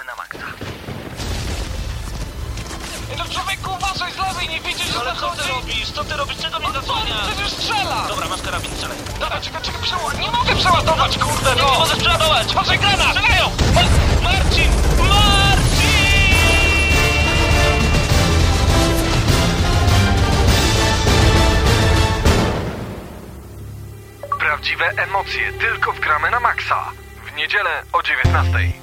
gramy na maksa. No człowieku, uważaj z lewej, nie widzisz, że Ale co zachodzi? ty robisz? Co ty robisz? Czego mnie zasłaniasz? Przecież strzela! Dobra, masz karabin, strzelaj. Dobra, czekaj, nie mogę przeładować, kurde, Nie możesz przeładować! Uważaj, granat! Strzelają! Marcin! Prawdziwe emocje tylko w Gramy na Maxa. W niedzielę o 19:00.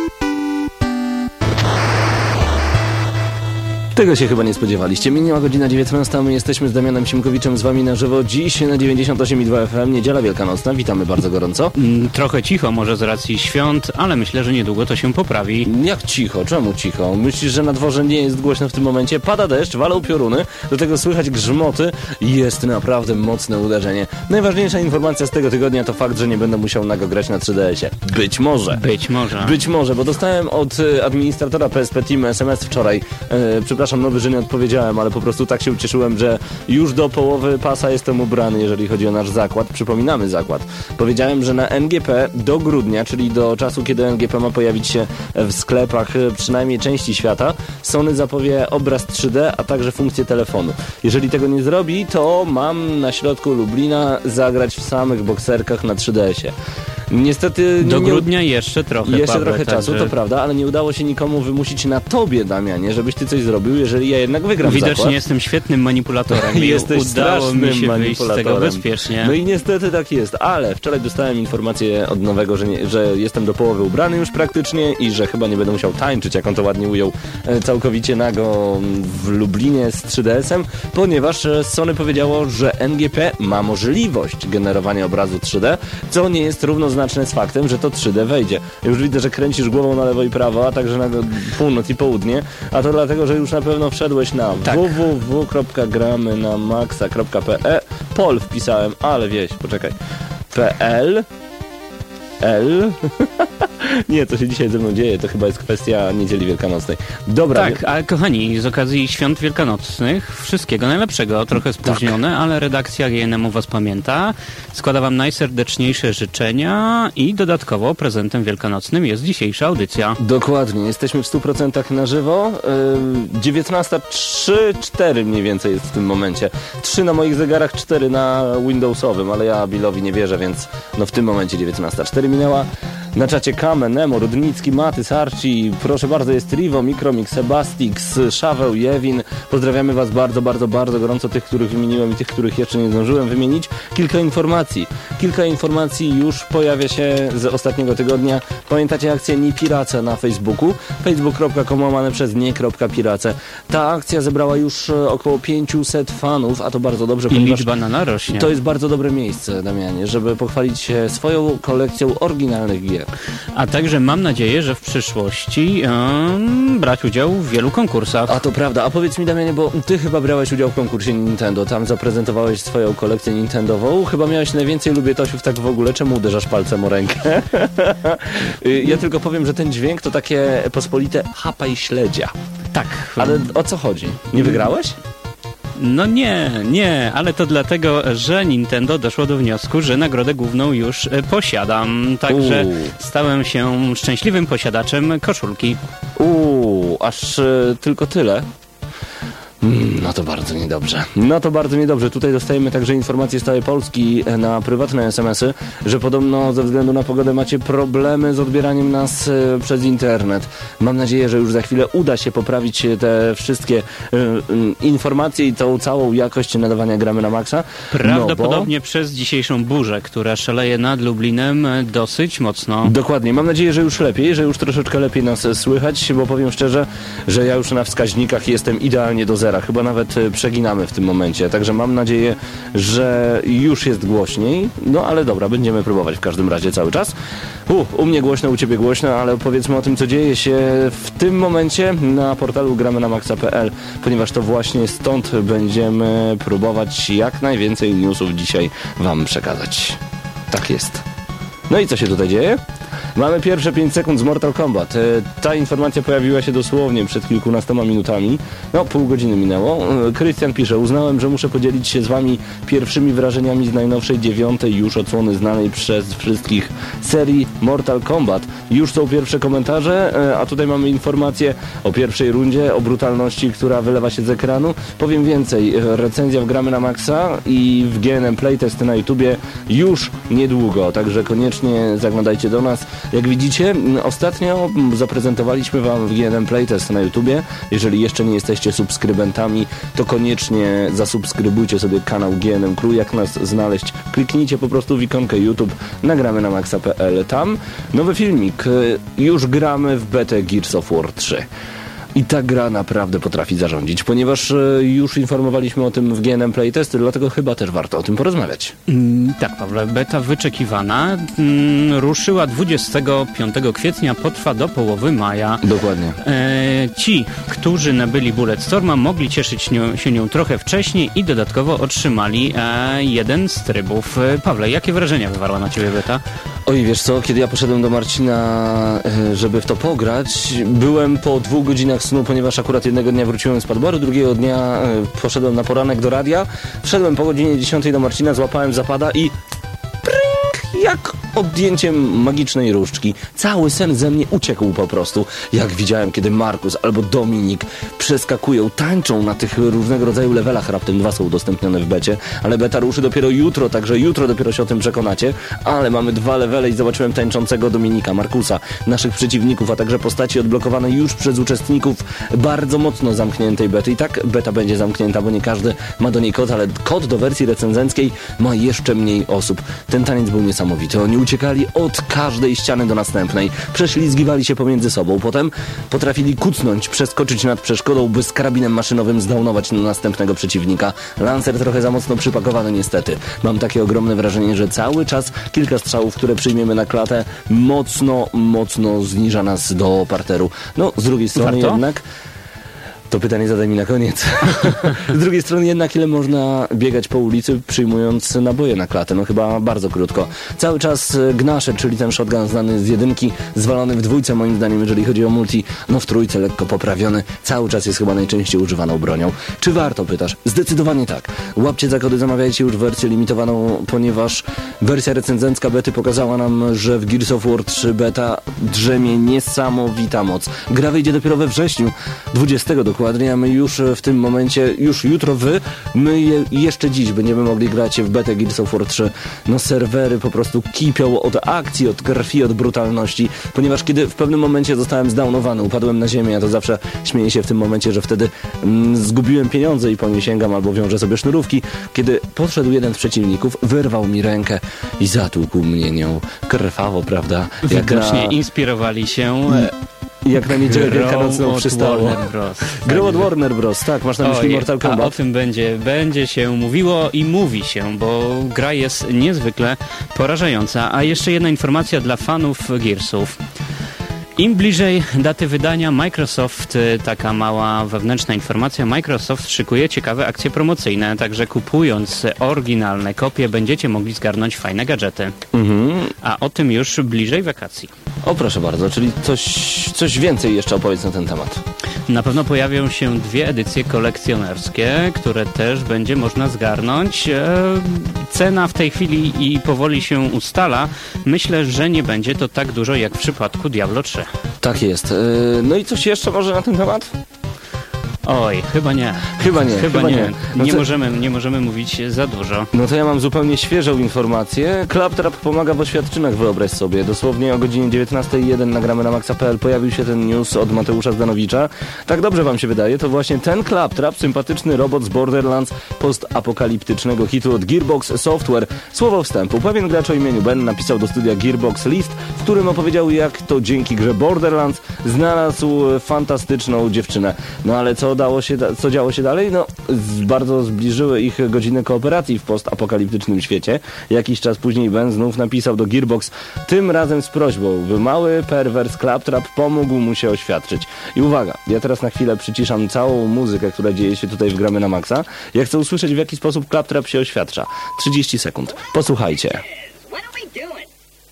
Tego się chyba nie spodziewaliście. Minęła godzina 19, a my jesteśmy z Damianem Simkowiczem z wami na żywo. Dziś na 98,2 FM, niedziela wielkanocna. Witamy bardzo gorąco. Trochę cicho może z racji świąt, ale myślę, że niedługo to się poprawi. Jak cicho? Czemu cicho? Myślisz, że na dworze nie jest głośno w tym momencie? Pada deszcz, walą pioruny, do tego słychać grzmoty i jest naprawdę mocne uderzenie. Najważniejsza informacja z tego tygodnia to fakt, że nie będę musiał nago grać na 3DS-ie. Być może. Być może, bo dostałem od administratora PSP Team SMS wczoraj. Przepraszam, nowy, że nie odpowiedziałem, ale po prostu tak się ucieszyłem, że już do połowy pasa jestem ubrany, jeżeli chodzi o nasz zakład. Przypominamy zakład. Powiedziałem, że na NGP do grudnia, czyli do czasu, kiedy NGP ma pojawić się w sklepach przynajmniej części świata, Sony zapowie obraz 3D, a także funkcję telefonu. Jeżeli tego nie zrobi, to mam na środku Lublina zagrać w samych bokserkach na 3DS-ie. Niestety... Do grudnia jeszcze trochę, Jeszcze Pawle, trochę czasu, to prawda, ale nie udało się nikomu wymusić na tobie, Damianie, żebyś ty coś zrobił, jeżeli ja jednak wygram Widocznie zakład. jestem świetnym manipulatorem i Jesteś udało mi się wyjść z tego manipulatorem. bezpiecznie. No i niestety tak jest, ale wczoraj dostałem informację od nowego, że jestem do połowy ubrany już praktycznie i że chyba nie będę musiał tańczyć, jak on to ładnie ujął, całkowicie nago w Lublinie z 3DS-em, ponieważ Sony powiedziało, że NGP ma możliwość generowania obrazu 3D, co nie jest równoznaczne z faktem, że to 3D wejdzie. Już widzę, że kręcisz głową na lewo i prawo, a także na północ i południe, a to dlatego, że już na pewno wszedłeś na www.gramynamaxa.pl. Pol wpisałem, ale wieś, poczekaj. PL Nie, to się dzisiaj ze mną dzieje, to chyba jest kwestia niedzieli wielkanocnej. Dobra. Tak, a kochani, z okazji świąt wielkanocnych wszystkiego najlepszego, trochę spóźnione, ale redakcja GNM-u was pamięta. Składa wam najserdeczniejsze życzenia i dodatkowo prezentem wielkanocnym jest dzisiejsza audycja. Dokładnie, jesteśmy w 100% na żywo. 19:03-4 mniej więcej jest w tym momencie. 3 na moich zegarach, 4 na Windowsowym, ale ja Billowi nie wierzę, więc no w tym momencie 19:04 minęła. Na czacie Kamen, Nemo, Rudnicki, Matys, Arci, proszę bardzo, jest Rivo, Mikromix, Sebastix, Szaweł, Jewin. Pozdrawiamy was bardzo, bardzo, bardzo gorąco, tych, których wymieniłem i tych, których jeszcze nie zdążyłem wymienić. Kilka informacji już pojawia się z ostatniego tygodnia. Pamiętacie akcję Nie Pirace na Facebooku? facebook.com/nie.pirace. Ta akcja zebrała już około 500 fanów, a to bardzo dobrze, ponieważ liczba narośnie. To jest bardzo dobre miejsce, Damianie, żeby pochwalić się swoją kolekcją oryginalnych gier. A także mam nadzieję, że w przyszłości brać udział w wielu konkursach. A to prawda. A powiedz mi, Damianie, bo ty chyba brałeś udział w konkursie Nintendo. Tam zaprezentowałeś swoją kolekcję nintendową. Chyba miałeś najwięcej lubietosiów tak w ogóle. Czemu uderzasz palcem o rękę? Ja tylko powiem, że ten dźwięk to takie pospolite chapaj śledzia. Tak. Ale o co chodzi? Nie wygrałeś? No nie, ale to dlatego, że Nintendo doszło do wniosku, że nagrodę główną już posiadam. Także stałem się szczęśliwym posiadaczem koszulki. Aż tylko tyle? No to bardzo niedobrze. Tutaj dostajemy także informacje z całej Polski na prywatne SMS-y, że podobno ze względu na pogodę macie problemy z odbieraniem nas przez internet. Mam nadzieję, że już za chwilę uda się poprawić te wszystkie informacje i tą całą jakość nadawania Gramy na Maxa. Prawdopodobnie przez dzisiejszą burzę, która szaleje nad Lublinem dosyć mocno. Dokładnie. Mam nadzieję, że już lepiej, że już troszeczkę lepiej nas słychać, bo powiem szczerze, że ja już na wskaźnikach jestem idealnie do zera. Chyba nawet przeginamy w tym momencie, także mam nadzieję, że już jest głośniej, no ale dobra, będziemy próbować w każdym razie cały czas. U mnie głośno, u ciebie głośno, ale opowiedzmy o tym, co dzieje się w tym momencie na portalu gramynamaxa.pl, ponieważ to właśnie stąd będziemy próbować jak najwięcej newsów dzisiaj wam przekazać. Tak jest. No i co się tutaj dzieje? Mamy pierwsze 5 sekund z Mortal Kombat. Ta informacja pojawiła się dosłownie przed kilkunastoma minutami. No, pół godziny minęło. Krystian pisze, uznałem, że muszę podzielić się z wami pierwszymi wrażeniami z najnowszej 9. już odsłony znanej przez wszystkich serii Mortal Kombat. Już są pierwsze komentarze, a tutaj mamy informację o pierwszej rundzie, o brutalności, która wylewa się z ekranu. Powiem więcej, recenzja w Gramy na Maxa i w GNM Playtest na YouTubie już niedługo, także koniecznie zaglądajcie do nas. Jak widzicie, ostatnio zaprezentowaliśmy wam w GNM Playtest na YouTubie. Jeżeli jeszcze nie jesteście subskrybentami, to koniecznie zasubskrybujcie sobie kanał GNM Crew. Jak nas znaleźć? Kliknijcie po prostu w ikonkę YouTube, nagramy na maxa.pl. Tam nowy filmik. Już gramy w betę Gears of War 3. I ta gra naprawdę potrafi zarządzić, ponieważ już informowaliśmy o tym w GNM Playtest, dlatego chyba też warto o tym porozmawiać. Tak, Pawle, beta wyczekiwana ruszyła 25 kwietnia, potrwa do połowy maja. Dokładnie. Ci, którzy nabyli Bulletstorma, mogli cieszyć się nią trochę wcześniej i dodatkowo otrzymali jeden z trybów. Pawle, jakie wrażenia wywarła na ciebie beta? Oj, wiesz co, kiedy ja poszedłem do Marcina, żeby w to pograć, byłem po 2 godzinach snu, ponieważ akurat jednego dnia wróciłem z padboru, drugiego dnia poszedłem na poranek do radia, wszedłem po godzinie 10 do Marcina, złapałem zapada i pryk, jak odjęciem magicznej różdżki. Cały sen ze mnie uciekł po prostu. Jak widziałem, kiedy Markus albo Dominik przeskakują, tańczą na tych różnego rodzaju levelach, raptem 2 są udostępnione w becie, ale beta ruszy dopiero jutro, także jutro dopiero się o tym przekonacie, ale mamy 2 levele i zobaczyłem tańczącego Dominika, Markusa, naszych przeciwników, a także postaci odblokowane już przez uczestników bardzo mocno zamkniętej bety. I tak beta będzie zamknięta, bo nie każdy ma do niej kod, ale kod do wersji recenzenckiej ma jeszcze mniej osób. Ten taniec był niesamowity. Oni uciekali od każdej ściany do następnej, prześlizgiwali się pomiędzy sobą, potem potrafili kucnąć, przeskoczyć nad przeszkodą, by z karabinem maszynowym zdownować następnego przeciwnika. Lancer trochę za mocno przypakowany niestety. Mam takie ogromne wrażenie, że cały czas kilka strzałów, które przyjmiemy na klatę, mocno zniża nas do parteru. No, z drugiej strony jednak... To pytanie zadaj mi na koniec. Z drugiej strony jednak ile można biegać po ulicy przyjmując naboje na klatę? No chyba bardzo krótko. Cały czas Gnasher, czyli ten shotgun znany z 1, zwalony w 2 moim zdaniem, jeżeli chodzi o multi, no w 3 lekko poprawiony. Cały czas jest chyba najczęściej używaną bronią. Czy warto, pytasz? Zdecydowanie tak. Łapcie zakody, zamawiajcie już wersję limitowaną, ponieważ wersja recenzencka bety pokazała nam, że w Gears of War 3 beta drzemie niesamowita moc. Gra wyjdzie dopiero we wrześniu, 20 dokładnie, a my już w tym momencie, już jutro my jeszcze dziś będziemy mogli grać w betę Gears of War 3. No serwery po prostu kipią od akcji, od krwi, od brutalności, ponieważ kiedy w pewnym momencie zostałem zdownowany, upadłem na ziemię, ja to zawsze śmieję się w tym momencie, że wtedy zgubiłem pieniądze i po nie sięgam albo wiążę sobie sznurówki, kiedy podszedł jeden z przeciwników, wyrwał mi rękę i zatłukł mnie nią krwawo, prawda? Widocznie inspirowali się... Jak na niedzielę wielkanocną przystało. Grą od Warner Bros. Tak, masz na myśli Mortal Kombat. A o tym będzie się mówiło i mówi się, bo gra jest niezwykle porażająca. A jeszcze jedna informacja dla fanów Gearsów. Im bliżej daty wydania Microsoft, taka mała wewnętrzna informacja, Microsoft szykuje ciekawe akcje promocyjne, także kupując oryginalne kopie będziecie mogli zgarnąć fajne gadżety. A o tym już bliżej wakacji. O proszę bardzo, czyli coś więcej jeszcze opowiedz na ten temat. Na pewno pojawią się 2 edycje kolekcjonerskie, które też będzie można zgarnąć. Cena w tej chwili i powoli się ustala. Myślę, że nie będzie to tak dużo jak w przypadku Diablo 3. Tak jest. No i coś jeszcze może na ten temat? Oj, chyba nie. Chyba nie. No Nie możemy mówić za dużo. No to ja mam zupełnie świeżą informację. Claptrap pomaga w oświadczynach, wyobraź sobie. Dosłownie o godzinie 19:01 nagramy na maxa.pl pojawił się ten news od Mateusza Zdanowicza. Tak dobrze wam się wydaje? To właśnie ten Claptrap, sympatyczny robot z Borderlands, postapokaliptycznego hitu od Gearbox Software. Słowo wstępu. Pewien gracz o imieniu Ben napisał do studia Gearbox list, w którym opowiedział, jak to dzięki grze Borderlands znalazł fantastyczną dziewczynę. No ale co działo się dalej? No, bardzo zbliżyły ich godziny kooperacji w postapokaliptycznym świecie. Jakiś czas później Ben znów napisał do Gearbox, tym razem z prośbą, by mały perwers Claptrap pomógł mu się oświadczyć. I uwaga, ja teraz na chwilę przyciszam całą muzykę, która dzieje się tutaj w Gramy na Maxa. Ja chcę usłyszeć, w jaki sposób Claptrap się oświadcza. 30 sekund. Posłuchajcie.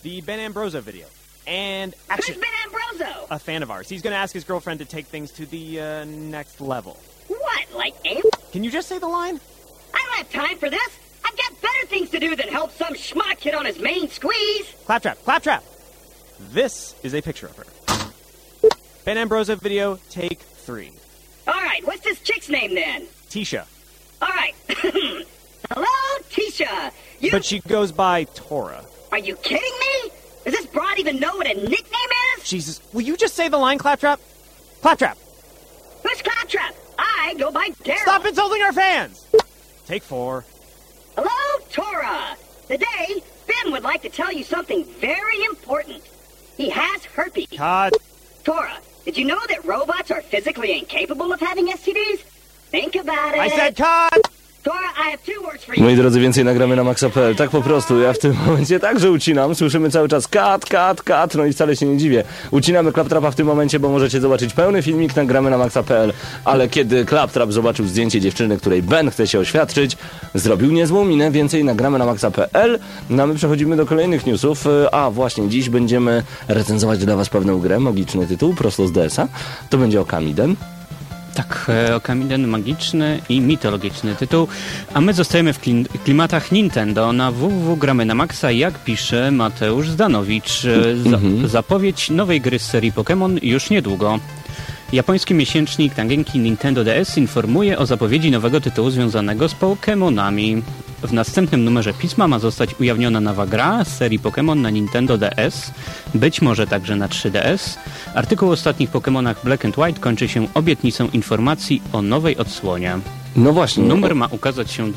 the Ben Ambroso video. And Who's action. Ben Ambroso? A fan of ours. He's going to ask his girlfriend to take things to the next level. What, like ape? Can you just say the line? I don't have time for this. I've got better things to do than help some schmuck hit on his main squeeze. Claptrap, Claptrap. This is a picture of her. Ben Ambroso video, take 3. All right, what's this chick's name then? Tisha. All right. Hello, Tisha. You... But she goes by Tora. Are you kidding me? Does this broad even know what a nickname is? Jesus, will you just say the line, Claptrap? Claptrap, Who's Claptrap? I go by Daryl. stop insulting our fans! Take 4. Hello, Tora. Today, Ben would like to tell you something very important. He has herpes. Cut. Tora, did you know that robots are physically incapable of having STDs? Think about it. I said cut! Tora, I have 2 words for you. Moi drodzy, więcej nagramy na maxa.pl. Tak po prostu, ja w tym momencie także ucinam. Słyszymy cały czas kat, no i wcale się nie dziwię. Ucinamy Claptrapa w tym momencie, bo możecie zobaczyć pełny filmik, nagramy na maxa.pl. Ale kiedy Claptrap zobaczył zdjęcie dziewczyny, której Ben chce się oświadczyć, zrobił niezłą minę. Więcej nagramy na maxa.pl. No a my przechodzimy do kolejnych newsów. A właśnie, dziś będziemy recenzować dla was pewną grę, magiczny tytuł, prosto z DS-a. To będzie Okamiden. Tak, Okamiden magiczny i mitologiczny tytuł, a my zostajemy w klimatach Nintendo. Na www gramy na maksa, jak pisze Mateusz Zdanowicz. Zapowiedź nowej gry z serii Pokémon już niedługo. Japoński miesięcznik Tangenki Nintendo DS informuje o zapowiedzi nowego tytułu związanego z Pokémonami. W następnym numerze pisma ma zostać ujawniona nowa gra z serii Pokémon na Nintendo DS, być może także na 3DS. Artykuł o ostatnich Pokémonach Black and White kończy się obietnicą informacji o nowej odsłonie. No właśnie. Numer ma ukazać się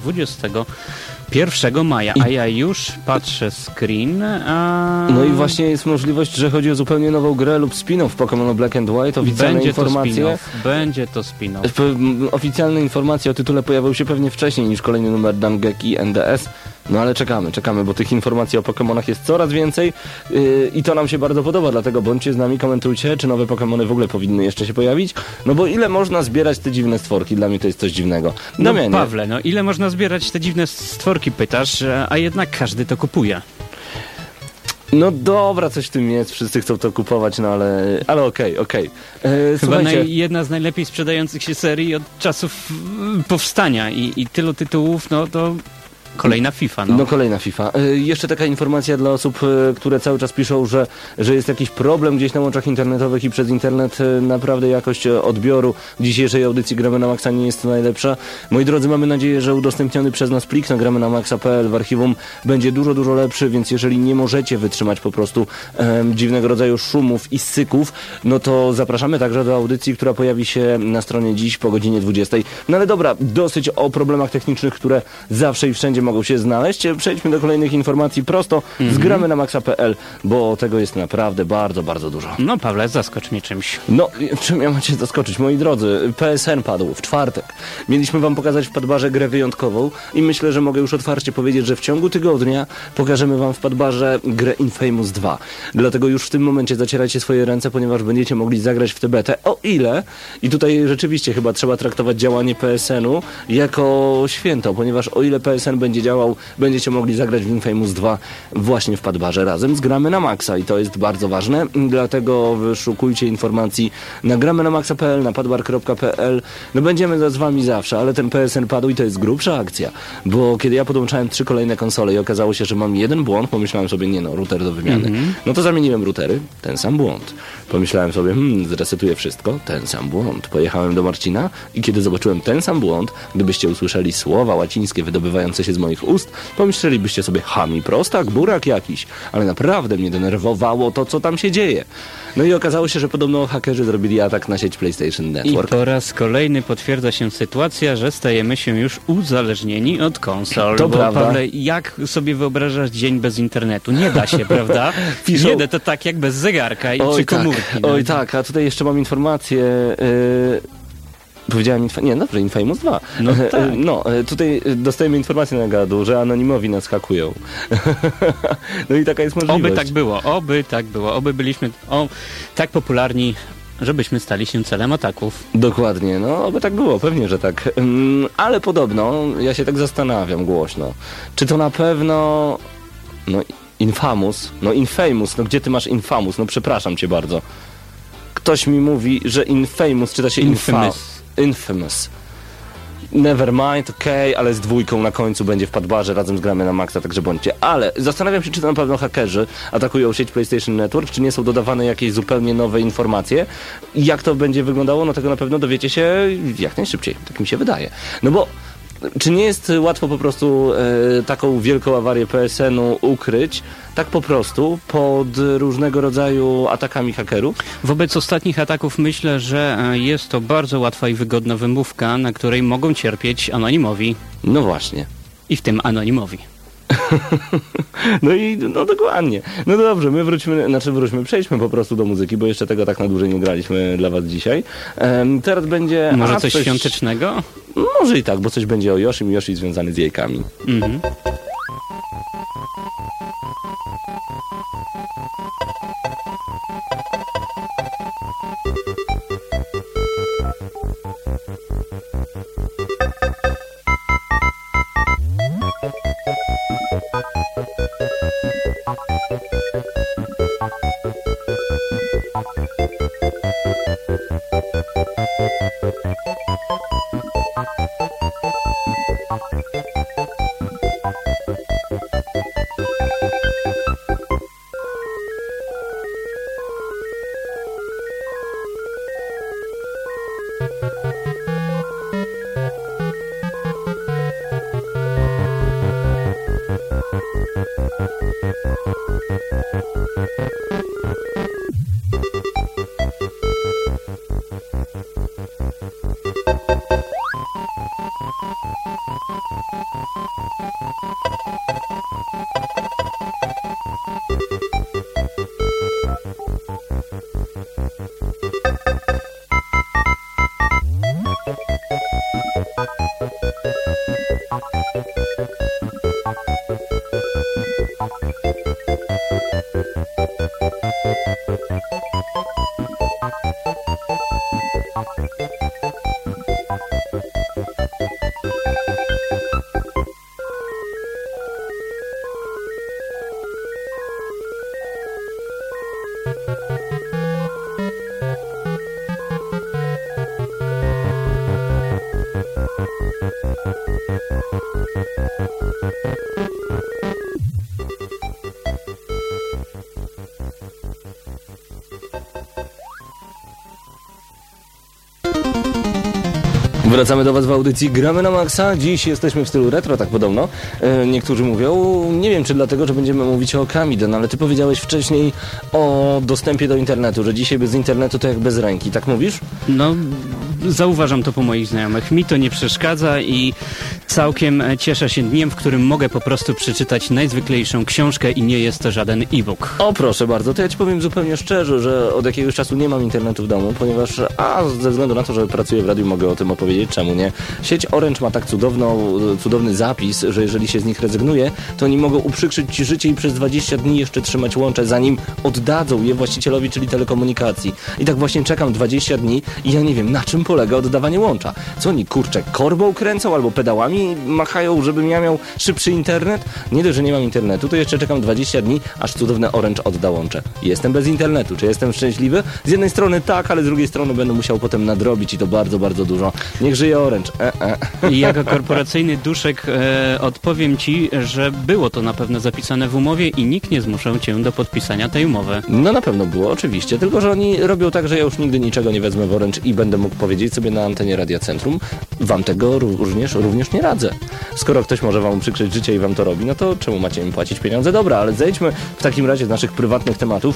21 maja, a ja już patrzę screen, a... No i właśnie jest możliwość, że chodzi o zupełnie nową grę lub spin-off Pokémon Black and White. Oficjalne Będzie informacje. Będzie to spin-off. Oficjalne informacje o tytule pojawiły się pewnie wcześniej niż kolejny numer Dangeki NDS. No ale czekamy, bo tych informacji o Pokémonach jest coraz więcej i to nam się bardzo podoba, dlatego bądźcie z nami, komentujcie, czy nowe Pokémony w ogóle powinny jeszcze się pojawić, no bo ile można zbierać te dziwne stworki, dla mnie to jest coś dziwnego. No Pawle, no ile można zbierać te dziwne stworki, pytasz, a jednak każdy to kupuje. No dobra, coś w tym jest, wszyscy chcą to kupować, no ale okej. Chyba jedna z najlepiej sprzedających się serii od czasów powstania i tylu tytułów, no to... Kolejna FIFA, no. No kolejna FIFA. Jeszcze taka informacja dla osób, które cały czas piszą, że jest jakiś problem gdzieś na łączach internetowych i przez internet naprawdę jakość odbioru dzisiejszej audycji Gramy na Maxa nie jest najlepsza. Moi drodzy, mamy nadzieję, że udostępniony przez nas plik na gramy na maxa.pl w archiwum będzie dużo lepszy, więc jeżeli nie możecie wytrzymać po prostu dziwnego rodzaju szumów i syków, no to zapraszamy także do audycji, która pojawi się na stronie dziś po godzinie 20. No ale dobra, dosyć o problemach technicznych, które zawsze i wszędzie mogą się znaleźć. Przejdźmy do kolejnych informacji prosto z gramy na maxa.pl, bo tego jest naprawdę bardzo dużo. No Pawle, zaskocz mnie czymś. No, czym ja macie zaskoczyć, moi drodzy? PSN padł w czwartek. Mieliśmy wam pokazać w Padbarze grę wyjątkową i myślę, że mogę już otwarcie powiedzieć, że w ciągu tygodnia pokażemy wam w Padbarze grę Infamous 2. Dlatego już w tym momencie zacierajcie swoje ręce, ponieważ będziecie mogli zagrać w tę betę, o ile, i tutaj rzeczywiście chyba trzeba traktować działanie PSN-u jako święto, ponieważ o ile PSN będzie działał, będziecie mogli zagrać w Infamous 2 właśnie w Padbarze razem z Gramy na Maxa i to jest bardzo ważne, dlatego wyszukujcie informacji na gramy na maxa.pl, na padbar.pl. No będziemy z wami zawsze, ale ten PSN padł i to jest grubsza akcja, bo kiedy ja podłączałem 3 kolejne konsole i okazało się, że mam jeden błąd, pomyślałem sobie, router do wymiany. No to zamieniłem routery, ten sam błąd. Pomyślałem sobie, zresetuję wszystko, ten sam błąd. Pojechałem do Marcina i kiedy zobaczyłem ten sam błąd, gdybyście usłyszeli słowa łacińskie wydobywające się z moich ust, pomyślelibyście sobie, chami prostak, burak jakiś. Ale naprawdę mnie denerwowało to, co tam się dzieje. No i okazało się, że podobno hakerzy zrobili atak na sieć PlayStation Network. I po raz kolejny potwierdza się sytuacja, że stajemy się już uzależnieni od konsol. To bo prawda. Pawle, jak sobie wyobrażasz dzień bez internetu? Nie da się, prawda? Piszą... Nie da, to tak jak bez zegarka czy komórki. Oj tak, a tutaj jeszcze mam informację... Powiedziałem Infamous 2. No tak. Tutaj dostajemy informację na gadu, że anonimowi nas hakują. No i taka jest możliwość. Oby tak było. Oby byliśmy tak popularni, żebyśmy stali się celem ataków. Dokładnie, oby tak było, pewnie, że tak. Ale podobno, ja się tak zastanawiam głośno, czy to na pewno... Infamous? No Infamous, no gdzie ty masz Infamous? No przepraszam cię bardzo. Ktoś mi mówi, że Infamous czyta się Infamous. Nevermind, okej, ale z 2 na końcu będzie w padbarze, razem z Gramy na Maxa, także bądźcie. Ale zastanawiam się, czy to na pewno hakerzy atakują sieć PlayStation Network, czy nie są dodawane jakieś zupełnie nowe informacje. Jak to będzie wyglądało, no tego na pewno dowiecie się jak najszybciej, tak mi się wydaje. No bo czy nie jest łatwo po prostu taką wielką awarię PSN-u ukryć, tak po prostu, pod różnego rodzaju atakami hakerów? Wobec ostatnich ataków myślę, że jest to bardzo łatwa i wygodna wymówka, na której mogą cierpieć anonimowi. No właśnie. I w tym anonimowi. No i no dokładnie. No dobrze, przejdźmy po prostu do muzyki, bo jeszcze tego tak na dłużej nie graliśmy dla was dzisiaj. Teraz będzie... Może coś świątecznego? Może i tak, bo coś będzie o Yoshim, Yoshi związany z jajkami. Mhm. Wracamy do was w audycji Gramy na Maxa. Dziś jesteśmy w stylu retro, tak podobno. Niektórzy mówią, nie wiem czy dlatego, że będziemy mówić o Kamiden, ale ty powiedziałeś wcześniej o dostępie do internetu, że dzisiaj bez internetu to jak bez ręki, tak mówisz? No, zauważam to po moich znajomych. Mi to nie przeszkadza i całkiem cieszę się dniem, w którym mogę po prostu przeczytać najzwyklejszą książkę i nie jest to żaden e-book. O proszę bardzo, to ja ci powiem zupełnie szczerze, że od jakiegoś czasu nie mam internetu w domu, ponieważ ze względu na to, że pracuję w radiu, mogę o tym opowiedzieć, czemu nie. Sieć Orange ma tak cudowny zapis, że jeżeli się z nich rezygnuje, to oni mogą uprzykrzyć ci życie i przez 20 dni jeszcze trzymać łącze, zanim oddadzą je właścicielowi, czyli telekomunikacji. I tak właśnie czekam 20 dni i ja nie wiem, na czym polega oddawanie łącza. Co oni, kurczę, korbą kręcą albo pedałami machają, żebym ja miał szybszy internet? Nie dość, że nie mam internetu, to jeszcze czekam 20 dni, aż cudowne Orange odda łącze. Jestem bez internetu. Czy jestem szczęśliwy? Z jednej strony tak, ale z drugiej strony będę musiał potem nadrobić i to bardzo, bardzo dużo. Niech żyje Orange. I jako korporacyjny duszek odpowiem ci, że było to na pewno zapisane w umowie i nikt nie zmuszał cię do podpisania tej umowy. No na pewno było, oczywiście. Tylko że oni robią tak, że ja już nigdy niczego nie wezmę w Orange i będę mógł powiedzieć sobie na antenie Radia Centrum, wam tego również nie radzę. Skoro ktoś może wam przykrzyć życie i wam to robi, no to czemu macie im płacić pieniądze? Dobra, ale zejdźmy w takim razie z naszych prywatnych tematów.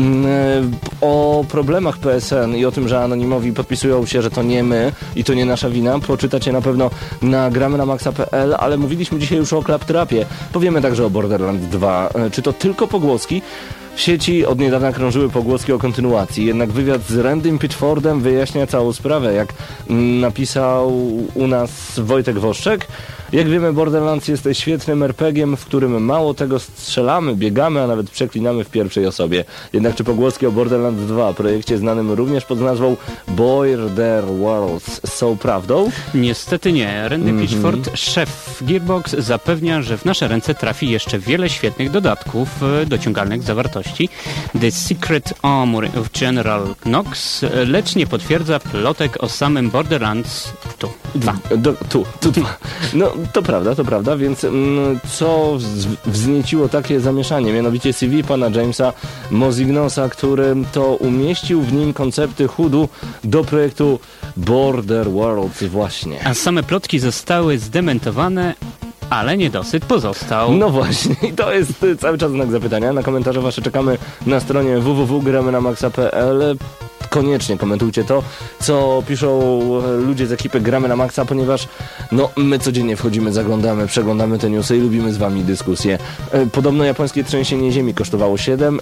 O problemach PSN i o tym, że anonimowi podpisują się, że to nie my i to nie nasza wina, poczytacie na pewno na gramynamaxa.pl, ale mówiliśmy dzisiaj już o Claptrapie. Powiemy także o Borderlands 2. Czy to tylko pogłoski? W sieci od niedawna krążyły pogłoski o kontynuacji, jednak wywiad z Randym Pitchfordem wyjaśnia całą sprawę. Jak napisał u nas Wojtek Woszczek, Jak wiemy, Borderlands jest świetnym RPG-iem, w którym mało tego strzelamy, biegamy, a nawet przeklinamy w pierwszej osobie. Jednak czy pogłoski o Borderlands 2, projekcie znanym również pod nazwą Border Worlds, są prawdą? Niestety nie. Randy Pitchford, szef Gearbox, zapewnia, że w nasze ręce trafi jeszcze wiele świetnych dodatków dociągalnych zawartości The Secret Armory of General Knox, lecz nie potwierdza plotek o samym Borderlands 2. No, to prawda, więc co wznieciło takie zamieszanie? Mianowicie CV pana Jamesa Mozignosa, który to umieścił w nim koncepty HUD-u do projektu Border Worlds właśnie. A same plotki zostały zdementowane, ale niedosyt pozostał. No właśnie, i to jest cały czas znak zapytania. Na komentarze wasze czekamy na stronie www.gramenamaxa.pl. Koniecznie komentujcie to, co piszą ludzie z ekipy Gramy na Maxa, ponieważ my codziennie wchodzimy, zaglądamy, przeglądamy te newsy i lubimy z wami dyskusję. Podobno japońskie trzęsienie ziemi kosztowało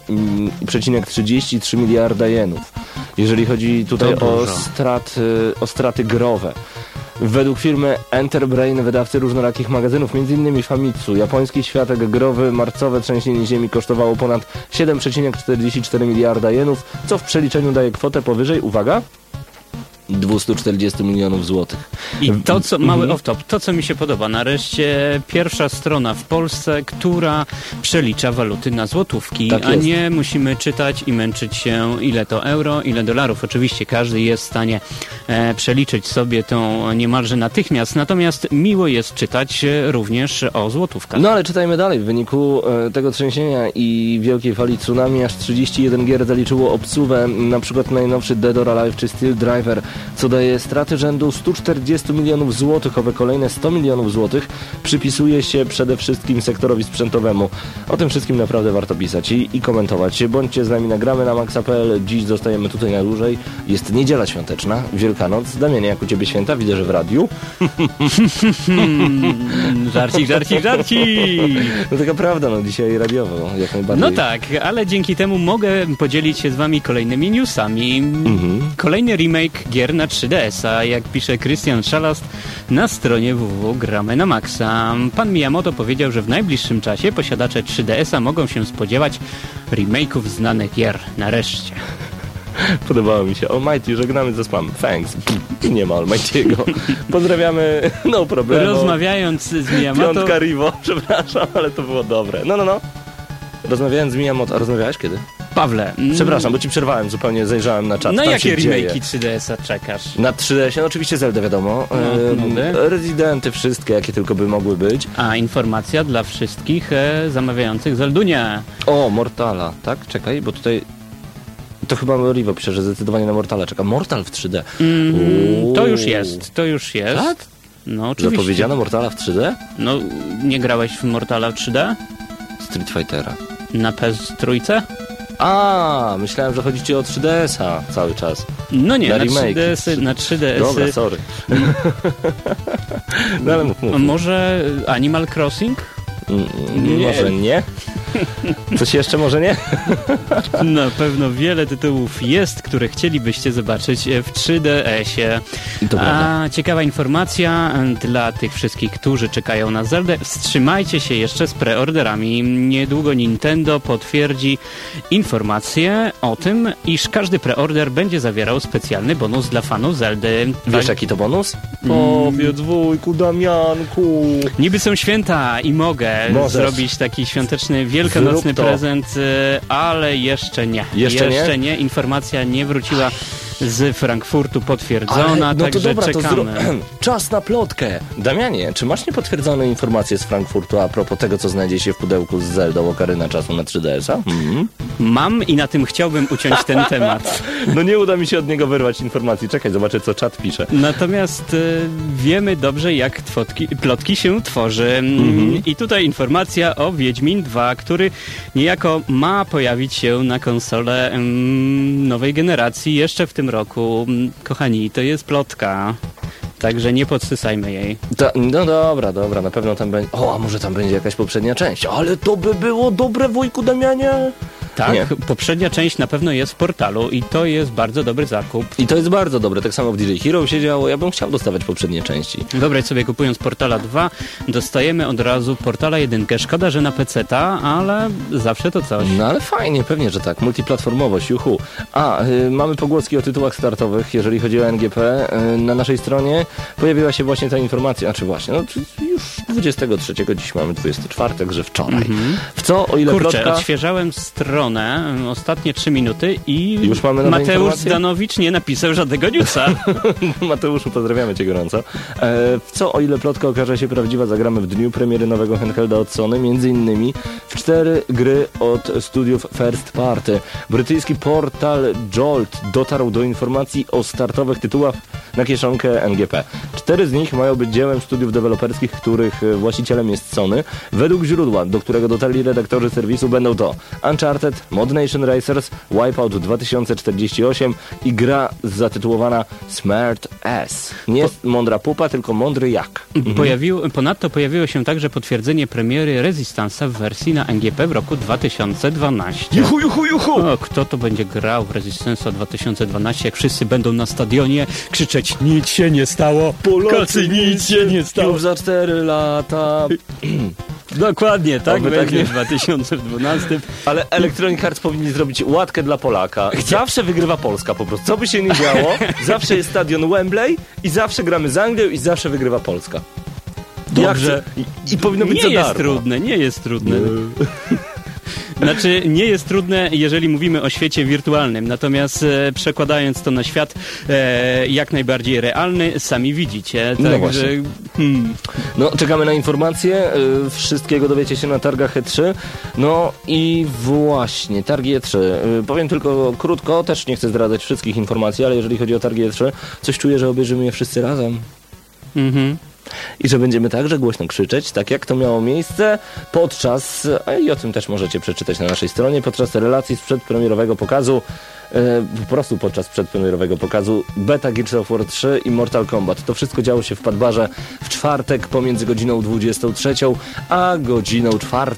7,33 miliarda jenów. Jeżeli chodzi tutaj o straty growe. Według firmy Enterbrain, wydawcy różnorakich magazynów, m.in. Famitsu, japoński światek growy, marcowe trzęsienie ziemi kosztowało ponad 7,44 miliarda jenów, co w przeliczeniu daje kwotę powyżej, uwaga, 240 milionów złotych. I to, co, mały off-top, to co mi się podoba, nareszcie pierwsza strona w Polsce, która przelicza waluty na złotówki, tak a jest. nie musimy czytać i męczyć się, ile to euro, ile dolarów. Oczywiście każdy jest w stanie przeliczyć sobie tą niemalże natychmiast, natomiast miło jest czytać również o złotówkach. No ale czytajmy dalej. W wyniku tego trzęsienia i wielkiej fali tsunami aż 31 gier zaliczyło obsługę, na przykład najnowszy Dead or Alive czy Steel Driver, co daje straty rzędu 140 milionów złotych. Owe kolejne 100 milionów złotych przypisuje się przede wszystkim sektorowi sprzętowemu. O tym wszystkim naprawdę warto pisać i komentować. Bądźcie z nami na gramy na maxa.pl. Dziś zostajemy tutaj na dłużej. Jest niedziela świąteczna, Wielkanoc. Damianie, jak u ciebie święta? Widzę, że w radiu. Żarcik. No taka prawda, dzisiaj radiowo, jak najbardziej. No tak, ale dzięki temu mogę podzielić się z wami kolejnymi newsami. Kolejny remake gier na 3DS-a, jak pisze Christian Schalast na stronie www.gramy na Maxa. Pan Miyamoto powiedział, że w najbliższym czasie posiadacze 3DS-a mogą się spodziewać remake'ów znanych gier. Nareszcie. Podobało mi się. Almighty, żegnamy ze spam. Thanks. Nie ma Almighty'ego. Pozdrawiamy. No problemu. Rozmawiając z Miyamoto... Piątka Rivo. Przepraszam, ale to było dobre. No. Rozmawiając z Miyamoto. A rozmawiałeś kiedy? Pawle. Przepraszam, bo ci przerwałem zupełnie, zajrzałem na czat. No tam jakie się dzieje. remake'i 3DS-a czekasz? Na 3DS, no oczywiście Zelda wiadomo. Rezydenty wszystkie, jakie tylko by mogły być. A informacja dla wszystkich zamawiających Zeldunia. O, Mortala, tak? Czekaj, bo tutaj... To chyba Rivo pisze, że zdecydowanie na Mortala czeka. Mortal w 3D. To już jest. Tak? No oczywiście. Zapowiedziano Mortala w 3D? No, nie grałeś w Mortala w 3D? Street Fightera. Na PS3? A, myślałem, że chodzi ci o 3DS-a cały czas. No nie, na remake. 3DS-y. Na 3DS-y. Dobra, sorry. No ale mów. Może Animal Crossing? Nie. Może nie? Coś jeszcze może nie? Na pewno wiele tytułów jest, które chcielibyście zobaczyć w 3DS-ie. A ciekawa informacja dla tych wszystkich, którzy czekają na Zeldę. Wstrzymajcie się jeszcze z preorderami. Niedługo Nintendo potwierdzi informację o tym, iż każdy preorder będzie zawierał specjalny bonus dla fanów Zeldy. Wiesz, jaki to bonus? Powiedz wujku Damianku. Niby są święta i mogę zrobić taki świąteczny, wielkanocny prezent, ale jeszcze nie. Jeszcze nie. Informacja nie wróciła z Frankfurtu potwierdzona, ale, no także to dobra, czekamy. Czas na plotkę. Damianie, czy masz niepotwierdzone informacje z Frankfurtu a propos tego, co znajdzie się w pudełku z Zeldą Ocarina Czasu na 3DS-a? Mam i na tym chciałbym uciąć ten temat. No nie uda mi się od niego wyrwać informacji. Czekaj, zobaczę, co czat pisze. Natomiast wiemy dobrze, jak plotki się tworzy. I tutaj informacja o Wiedźmin 2, który niejako ma pojawić się na konsolę nowej generacji jeszcze w tym roku. Kochani, to jest plotka. Także nie podsysajmy jej. No dobra, na pewno tam będzie... O, a może tam będzie jakaś poprzednia część. Ale to by było dobre, wujku Damianie. Tak, Nie. poprzednia część na pewno jest w portalu i to jest bardzo dobry zakup. I to jest bardzo dobre, tak samo w DJ Hero się działo, ja bym chciał dostawać poprzednie części. Wyobraź sobie, kupując Portala 2, dostajemy od razu Portala 1. Szkoda, że na PC-ta, ale zawsze to coś. No ale fajnie, pewnie, że tak, multiplatformowość, juhu. Mamy pogłoski o tytułach startowych, jeżeli chodzi o NGP. Na naszej stronie pojawiła się właśnie ta informacja, już 23, dziś mamy 24, że wczoraj. W co, o ile Kurczę, plotka... odświeżałem stronę, ostatnie 3 minuty i Już mamy nowe Mateusz informacje? Zdanowicz nie napisał żadnego newsa. Mateuszu, pozdrawiamy cię gorąco. W co, o ile plotka okaże się prawdziwa, zagramy w dniu premiery nowego handhelda od Sony, między innymi w 4 gry od studiów First Party. Brytyjski portal Jolt dotarł do informacji o startowych tytułach na kieszonkę NGP. 4 z nich mają być dziełem studiów deweloperskich, których właścicielem jest Sony. Według źródła, do którego dotarli redaktorzy serwisu, będą to Uncharted, Mod Nation Racers, Wipeout 2048 i gra zatytułowana Smart S. Nie mądra pupa, tylko mądry jak. Ponadto pojawiło się także potwierdzenie premiery Resistance'a w wersji na NGP w roku 2012. Juhu! O, kto to będzie grał w Resistance'a 2012, jak wszyscy będą na stadionie krzyczeć: nic się nie stało, Polacy, nic się nie stało. Już za 4 lata. Dokładnie, tak Oby będzie tak w 2012. Ale Electronic Arts powinni zrobić łatkę dla Polaka. Zawsze wygrywa Polska po prostu. Co by się nie działo, zawsze jest stadion Wembley i zawsze gramy z Anglią i zawsze wygrywa Polska. Dobrze. I powinno być Nie za jest darmo. trudne, nie jest trudne. Znaczy, nie jest trudne, jeżeli mówimy o świecie wirtualnym, natomiast przekładając to na świat jak najbardziej realny, sami widzicie. No Także, właśnie. No, czekamy na informacje. Wszystkiego dowiecie się na targach E3. No i właśnie, targi E3. Powiem tylko krótko, też nie chcę zdradzać wszystkich informacji, ale jeżeli chodzi o targi E3, coś czuję, że obejrzymy je wszyscy razem. I że będziemy także głośno krzyczeć, tak jak to miało miejsce podczas, i o tym też możecie przeczytać na naszej stronie, podczas relacji z przedpremierowego pokazu, po prostu podczas przedpremierowego pokazu beta Gears of War 3 i Mortal Kombat. To wszystko działo się w Padbarze w czwartek pomiędzy godziną 23 a godziną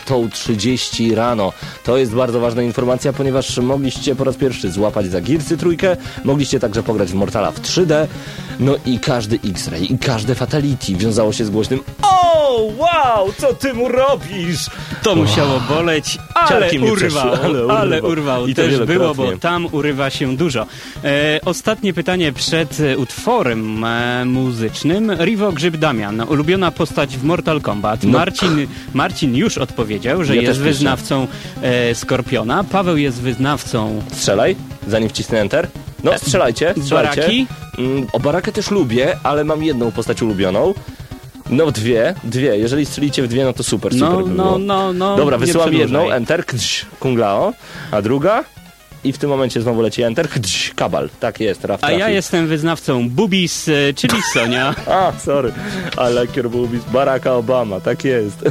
4:30 rano. To jest bardzo ważna informacja, ponieważ mogliście po raz pierwszy złapać za Gearsy trójkę, mogliście także pograć w Mortala w 3D, no i każdy X-Ray i każde Fatality wiązało się z głośnym: o, wow, co ty mu robisz? to musiało boleć, ale Ciarki mnie urwał, przeszły, ale urwał. I to Też było, wielokrotnie. bo tam urywa się dużo. Ostatnie pytanie przed utworem muzycznym. Rivo Grzyb Damian, ulubiona postać w Mortal Kombat. No. Marcin już odpowiedział, że Ja też jest piszę. wyznawcą Skorpiona. Paweł jest wyznawcą Strzelaj, zanim wcisnę Enter. No, strzelajcie. Baraki. O Barakę też lubię, ale mam jedną postać ulubioną. No dwie. Jeżeli strzelicie w dwie, no to super by było. Dobra, nie wysyłam przedłużaj. jedną, Enter, kdź, Kunglao, a druga i w tym momencie znowu leci Enter, kdź, Kabal. Tak jest, Raf A ja trafił. jestem wyznawcą Bubis, czyli Sonia. A, sorry, I like your boobies. Baracka Obama, tak jest.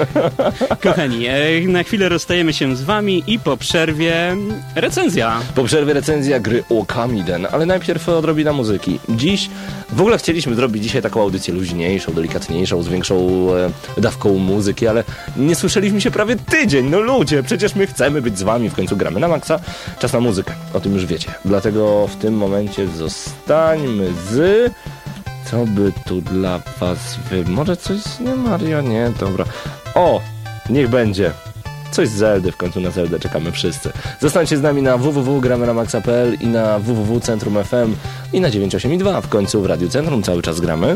Kochani, na chwilę rozstajemy się z wami i po przerwie recenzja. Po przerwie recenzja gry Okamiden, ale najpierw odrobina muzyki. Dziś, w ogóle chcieliśmy zrobić dzisiaj taką audycję luźniejszą, delikatniejszą, z większą dawką muzyki, ale nie słyszeliśmy się prawie tydzień. No ludzie, przecież my chcemy być z wami, w końcu gramy na maksa. Czas na muzykę, o tym już wiecie. Dlatego w tym momencie zostańmy z... Co by tu dla was Może coś z nie Mario? Nie, dobra. O, niech będzie. Coś z Zeldy, w końcu na Zeldę czekamy wszyscy. Zostańcie z nami na www.gramy-na-maxa.pl i na www.centrum FM i na 98,2. W końcu w Radiu Centrum cały czas gramy.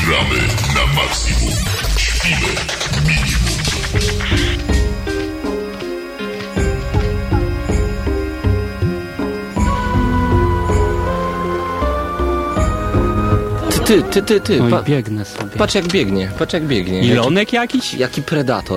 Gramy na maksimum. Śpimy minimum. Ty. Oj, biegnę sobie. Patrz jak biegnie. Ilonek jakiś? Jaki predator.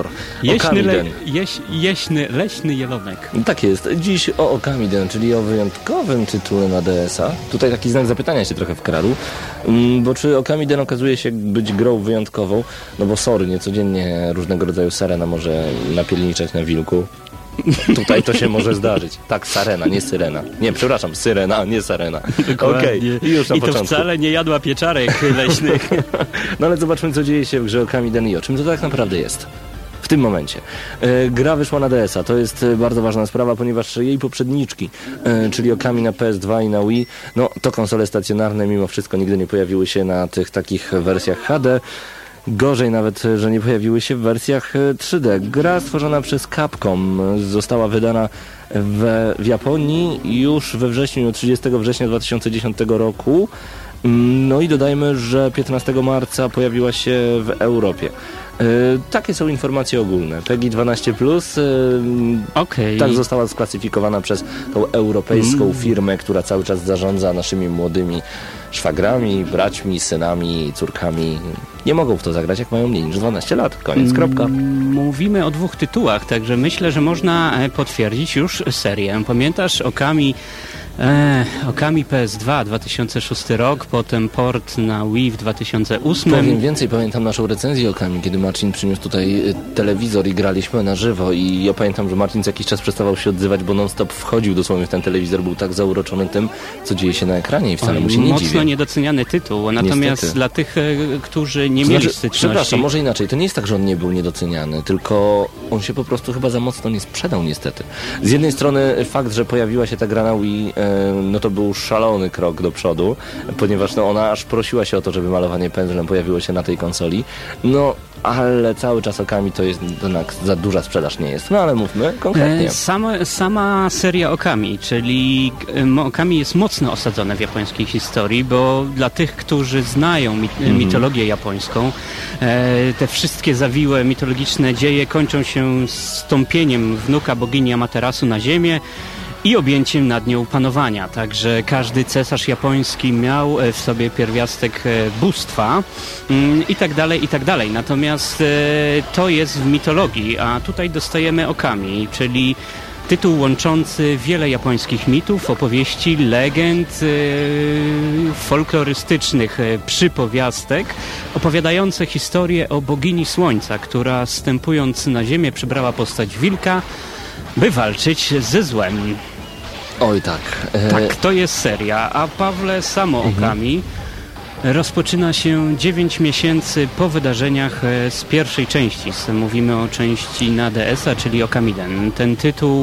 Leśny jelonek. Tak jest. Dziś o Okamiden, czyli o wyjątkowym tytule na DS-a. Tutaj taki znak zapytania się trochę wkradł, bo czy Okamiden okazuje się być grą wyjątkową? No bo sorry, niecodziennie różnego rodzaju sarena może napierniczać na wilku. Tutaj to się może zdarzyć. Tak, sarena, nie syrena. Nie, przepraszam, syrena, nie sarena. Okej, już na I początku. to wcale nie jadła pieczarek leśnych. No ale zobaczmy, co dzieje się w grze Okamiden i o czym to tak naprawdę jest. W tym momencie. Gra wyszła na DS-a. To jest bardzo ważna sprawa, ponieważ jej poprzedniczki, czyli Okami na PS2 i na Wii, no to konsole stacjonarne mimo wszystko nigdy nie pojawiły się na tych takich wersjach HD. Gorzej nawet, że nie pojawiły się w wersjach 3D. Gra stworzona przez Capcom została wydana w Japonii już we wrześniu, 30 września 2010 roku. No i dodajmy, że 15 marca pojawiła się w Europie. Takie są informacje ogólne. PEGI 12+, tak została sklasyfikowana przez tą europejską firmę, która cały czas zarządza naszymi młodymi szwagrami, braćmi, synami, córkami. Nie mogą w to zagrać, jak mają mniej niż 12 lat. Koniec, kropka. Mówimy o 2 tytułach, także myślę, że można potwierdzić już serię. Pamiętasz Okami PS2 2006 rok, potem port na Wii w 2008. Powiem więcej, pamiętam naszą recenzję Okami, kiedy Marcin przyniósł tutaj telewizor i graliśmy na żywo i ja pamiętam, że Marcin co jakiś czas przestawał się odzywać, bo non-stop wchodził dosłownie w ten telewizor, był tak zauroczony tym, co dzieje się na ekranie i wcale mu się nie dziwię. Mocno niedoceniany tytuł, natomiast Niestety. Dla tych, którzy nie mieli styczności... Przepraszam, może inaczej, to nie jest tak, że on nie był niedoceniany, tylko on się po prostu chyba za mocno nie sprzedał niestety. Z jednej strony fakt, że pojawiła się ta gra na Wii, no to był szalony krok do przodu, ponieważ no ona aż prosiła się o to, żeby malowanie pędzlem pojawiło się na tej konsoli. No, ale cały czas Okami to jest jednak za duża sprzedaż nie jest. No ale mówmy konkretnie. Sama seria Okami, czyli Okami jest mocno osadzone w japońskiej historii, bo dla tych, którzy znają mitologię japońską, te wszystkie zawiłe mitologiczne dzieje kończą się stąpieniem wnuka bogini Amaterasu na ziemię i objęciem nad nią panowania. Także każdy cesarz japoński miał w sobie pierwiastek bóstwa i tak dalej. Natomiast to jest w mitologii, a tutaj dostajemy Okami, czyli tytuł łączący wiele japońskich mitów, opowieści, legend, folklorystycznych przypowiastek, opowiadające historię o bogini słońca, która stępując na ziemię przybrała postać wilka, by walczyć ze złem. Oj tak. Tak, to jest seria. A Pawle, samo Okami rozpoczyna się 9 miesięcy po wydarzeniach z pierwszej części. Mówimy o części na DS-a, czyli Okamiden. Ten tytuł...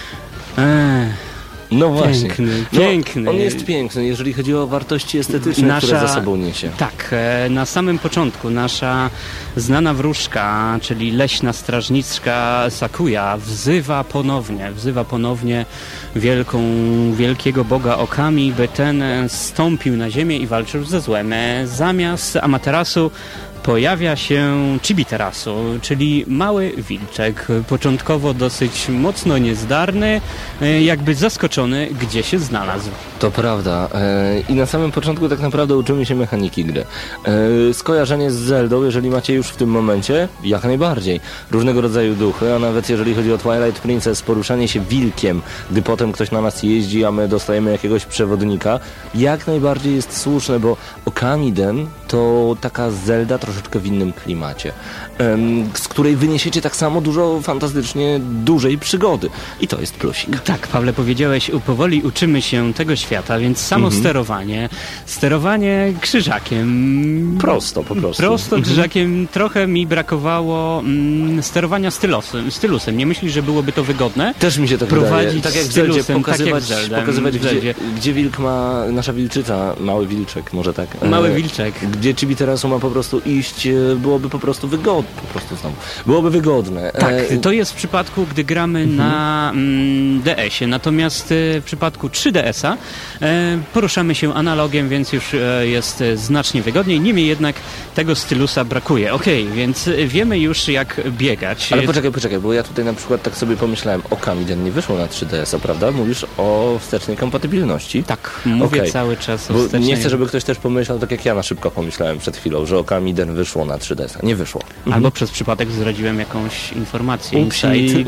No właśnie. Piękny. On jest piękny, jeżeli chodzi o wartości estetyczne, które za sobą niesie. Tak, na samym początku nasza znana wróżka, czyli leśna strażniczka Sakuya wzywa ponownie wielkiego boga Okami, by ten zstąpił na ziemię i walczył ze złem. Zamiast Amaterasu pojawia się Chibiterasu, czyli mały wilczek, początkowo dosyć mocno niezdarny, jakby zaskoczony, gdzie się znalazł. To prawda. I na samym początku tak naprawdę uczymy się mechaniki gry. Skojarzenie z Zeldą, jeżeli macie już w tym momencie, jak najbardziej. Różnego rodzaju duchy, a nawet jeżeli chodzi o Twilight Princess, poruszanie się wilkiem, gdy potem ktoś na nas jeździ, a my dostajemy jakiegoś przewodnika, jak najbardziej jest słuszne, bo Okamiden to taka Zelda troszeczkę w innym klimacie, z której wyniesiecie tak samo dużo fantastycznie dużej przygody. I to jest plusik. Tak, Pawle, powiedziałeś, powoli uczymy się tego świata, więc samo sterowanie krzyżakiem. Prosto po prostu. Prosto krzyżakiem. Trochę mi brakowało sterowania stylusem. Nie myślisz, że byłoby to wygodne? Też mi się tak wydaje. Tak jak w Zeldzie, pokazywać gdzie wilk ma, nasza wilczyca, mały wilczek, może tak. Mały wilczek. Gdzie Chibiterasu ma po prostu iść iść, byłoby po prostu wygodne. Byłoby wygodne. Tak, to jest w przypadku, gdy gramy na DS-ie, natomiast w przypadku 3DS-a poruszamy się analogiem, więc już jest znacznie wygodniej. Niemniej jednak tego stylusa brakuje. Okej, więc wiemy już jak biegać. Ale poczekaj, bo ja tutaj na przykład tak sobie pomyślałem, Kamiden nie wyszło na 3DS-a, prawda? Mówisz o wstecznej kompatybilności. Tak, mówię cały czas o wstecznej. Nie chcę, żeby ktoś też pomyślał, tak jak ja na szybko pomyślałem przed chwilą, że Kamiden wyszło na 3DS-a. Nie wyszło. Albo przez przypadek zdradziłem jakąś informację. Upsik.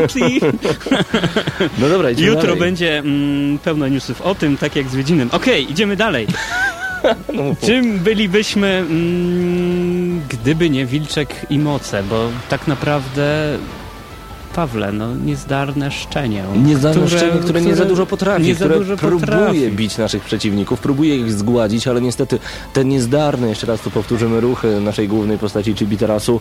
No dobra, idziemy Jutro dalej. będzie pełno newsów o tym, tak jak z Wiedźminem. Okej, idziemy dalej. Czym bylibyśmy, gdyby nie Wilczek i moce? Bo tak naprawdę, Pawle, niezdarne szczenie. Które nie za dużo potrafi, które próbuje bić naszych przeciwników, próbuje ich zgładzić, ale niestety te niezdarne, jeszcze raz tu powtórzymy, ruchy naszej głównej postaci Chibiterasu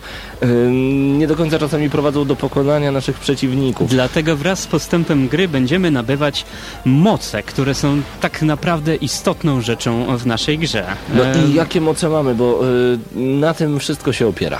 nie do końca czasami prowadzą do pokonania naszych przeciwników. Dlatego wraz z postępem gry będziemy nabywać moce, które są tak naprawdę istotną rzeczą w naszej grze. No i jakie moce mamy, bo na tym wszystko się opiera.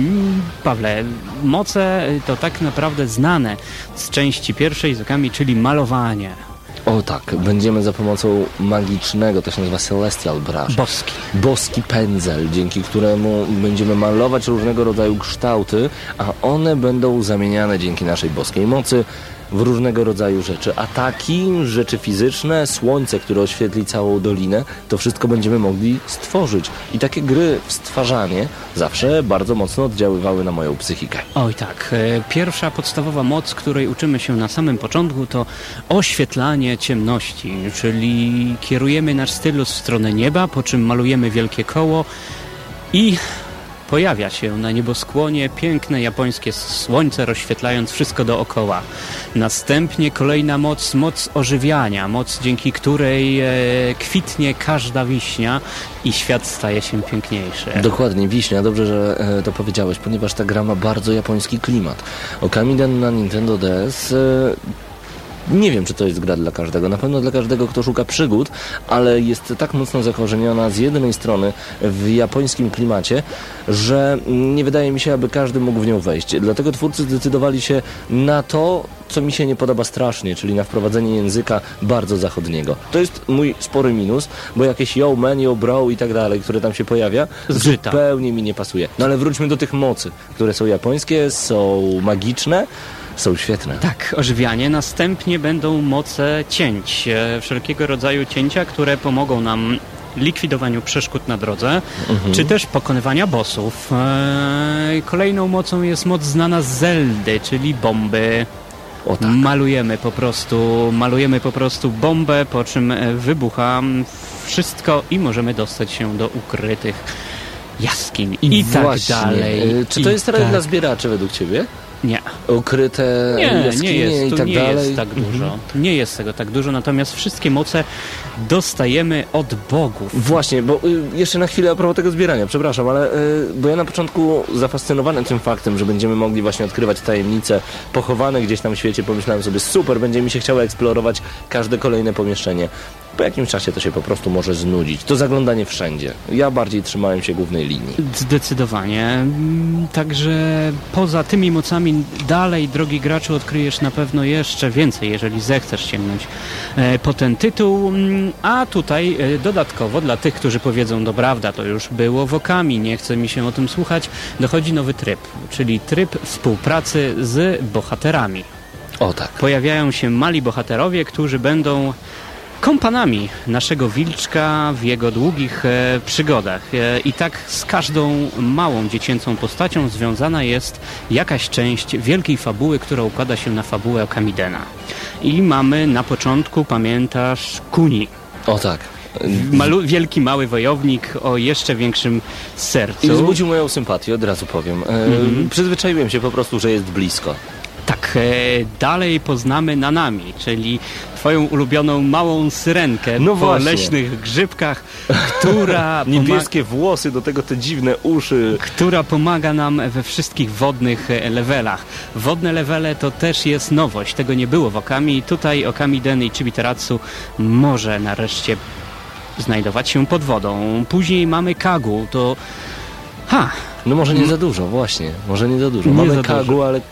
Pawle, moce to tak naprawdę znane z części pierwszej z okami, czyli malowanie. O tak, będziemy za pomocą magicznego, to się nazywa Celestial Brush. Boski pędzel, dzięki któremu będziemy malować różnego rodzaju kształty, a one będą zamieniane dzięki naszej boskiej mocy w różnego rodzaju rzeczy. Ataki, rzeczy fizyczne, słońce, które oświetli całą dolinę, to wszystko będziemy mogli stworzyć. I takie gry w stwarzanie zawsze bardzo mocno oddziaływały na moją psychikę. Oj tak, pierwsza podstawowa moc, której uczymy się na samym początku, to oświetlanie ciemności, czyli kierujemy nasz stylus w stronę nieba, po czym malujemy wielkie koło i pojawia się na nieboskłonie piękne japońskie słońce, rozświetlając wszystko dookoła. Następnie kolejna moc ożywiania, moc dzięki której kwitnie każda wiśnia i świat staje się piękniejszy. Dokładnie, wiśnia, dobrze, że to powiedziałeś, ponieważ ta gra ma bardzo japoński klimat. Kamiden na Nintendo DS... Nie wiem, czy to jest gra dla każdego. Na pewno dla każdego, kto szuka przygód, ale jest tak mocno zakorzeniona z jednej strony w japońskim klimacie, że nie wydaje mi się, aby każdy mógł w nią wejść. Dlatego twórcy zdecydowali się na to, co mi się nie podoba strasznie, czyli na wprowadzenie języka bardzo zachodniego. To jest mój spory minus, bo jakieś yo man, yo bro i tak dalej, które tam się pojawia, zupełnie mi nie pasuje. No ale wróćmy do tych mocy, które są japońskie, są magiczne, są świetne. Tak, ożywianie. Następnie będą moce cięć. Wszelkiego rodzaju cięcia, które pomogą nam likwidowaniu przeszkód na drodze, czy też pokonywania bossów. Kolejną mocą jest moc znana z Zeldy, czyli bomby. O tak. Malujemy po prostu bombę, po czym wybucha wszystko i możemy dostać się do ukrytych jaskiń i tak dalej. Czy to jest teraz dla zbieraczy według Ciebie? Nie. Ukryte jaskinie i tak dalej? Nie jest tak dużo. Nie jest tego tak dużo, natomiast wszystkie moce dostajemy od bogów. Właśnie, bo jeszcze na chwilę a propos tego zbierania, przepraszam, ale bo ja na początku zafascynowany tym faktem, że będziemy mogli właśnie odkrywać tajemnice pochowane gdzieś tam w świecie, pomyślałem sobie, super, będzie mi się chciało eksplorować każde kolejne pomieszczenie. Po jakimś czasie to się po prostu może znudzić. To zaglądanie wszędzie. Ja bardziej trzymałem się głównej linii. Zdecydowanie. Także poza tymi mocami dalej, drogi graczu, odkryjesz na pewno jeszcze więcej, jeżeli zechcesz sięgnąć po ten tytuł. A tutaj dodatkowo dla tych, którzy powiedzą, no prawda, to już było w Okami, nie chce mi się o tym słuchać, dochodzi nowy tryb, czyli tryb współpracy z bohaterami. O tak. Pojawiają się mali bohaterowie, którzy będą kompanami naszego wilczka w jego długich przygodach. I tak z każdą małą dziecięcą postacią związana jest jakaś część wielkiej fabuły, która układa się na fabułę Kamidena. I mamy na początku, pamiętasz, Kuni. O tak. Wielki, mały wojownik o jeszcze większym sercu. I wzbudził moją sympatię, od razu powiem. Przyzwyczaiłem się po prostu, że jest blisko. Tak, dalej poznamy Nanami, czyli twoją ulubioną małą syrenkę po leśnych grzybkach, która niebieskie włosy, do tego te dziwne uszy. Która pomaga nam we wszystkich wodnych levelach. Wodne levele to też jest nowość, tego nie było w Okami i tutaj Okamiden i Chibiterasu może nareszcie znajdować się pod wodą. Później mamy Kagu, to No może nie za dużo, właśnie. Może nie za dużo. Nie Mamy za Kagu, dużo. ale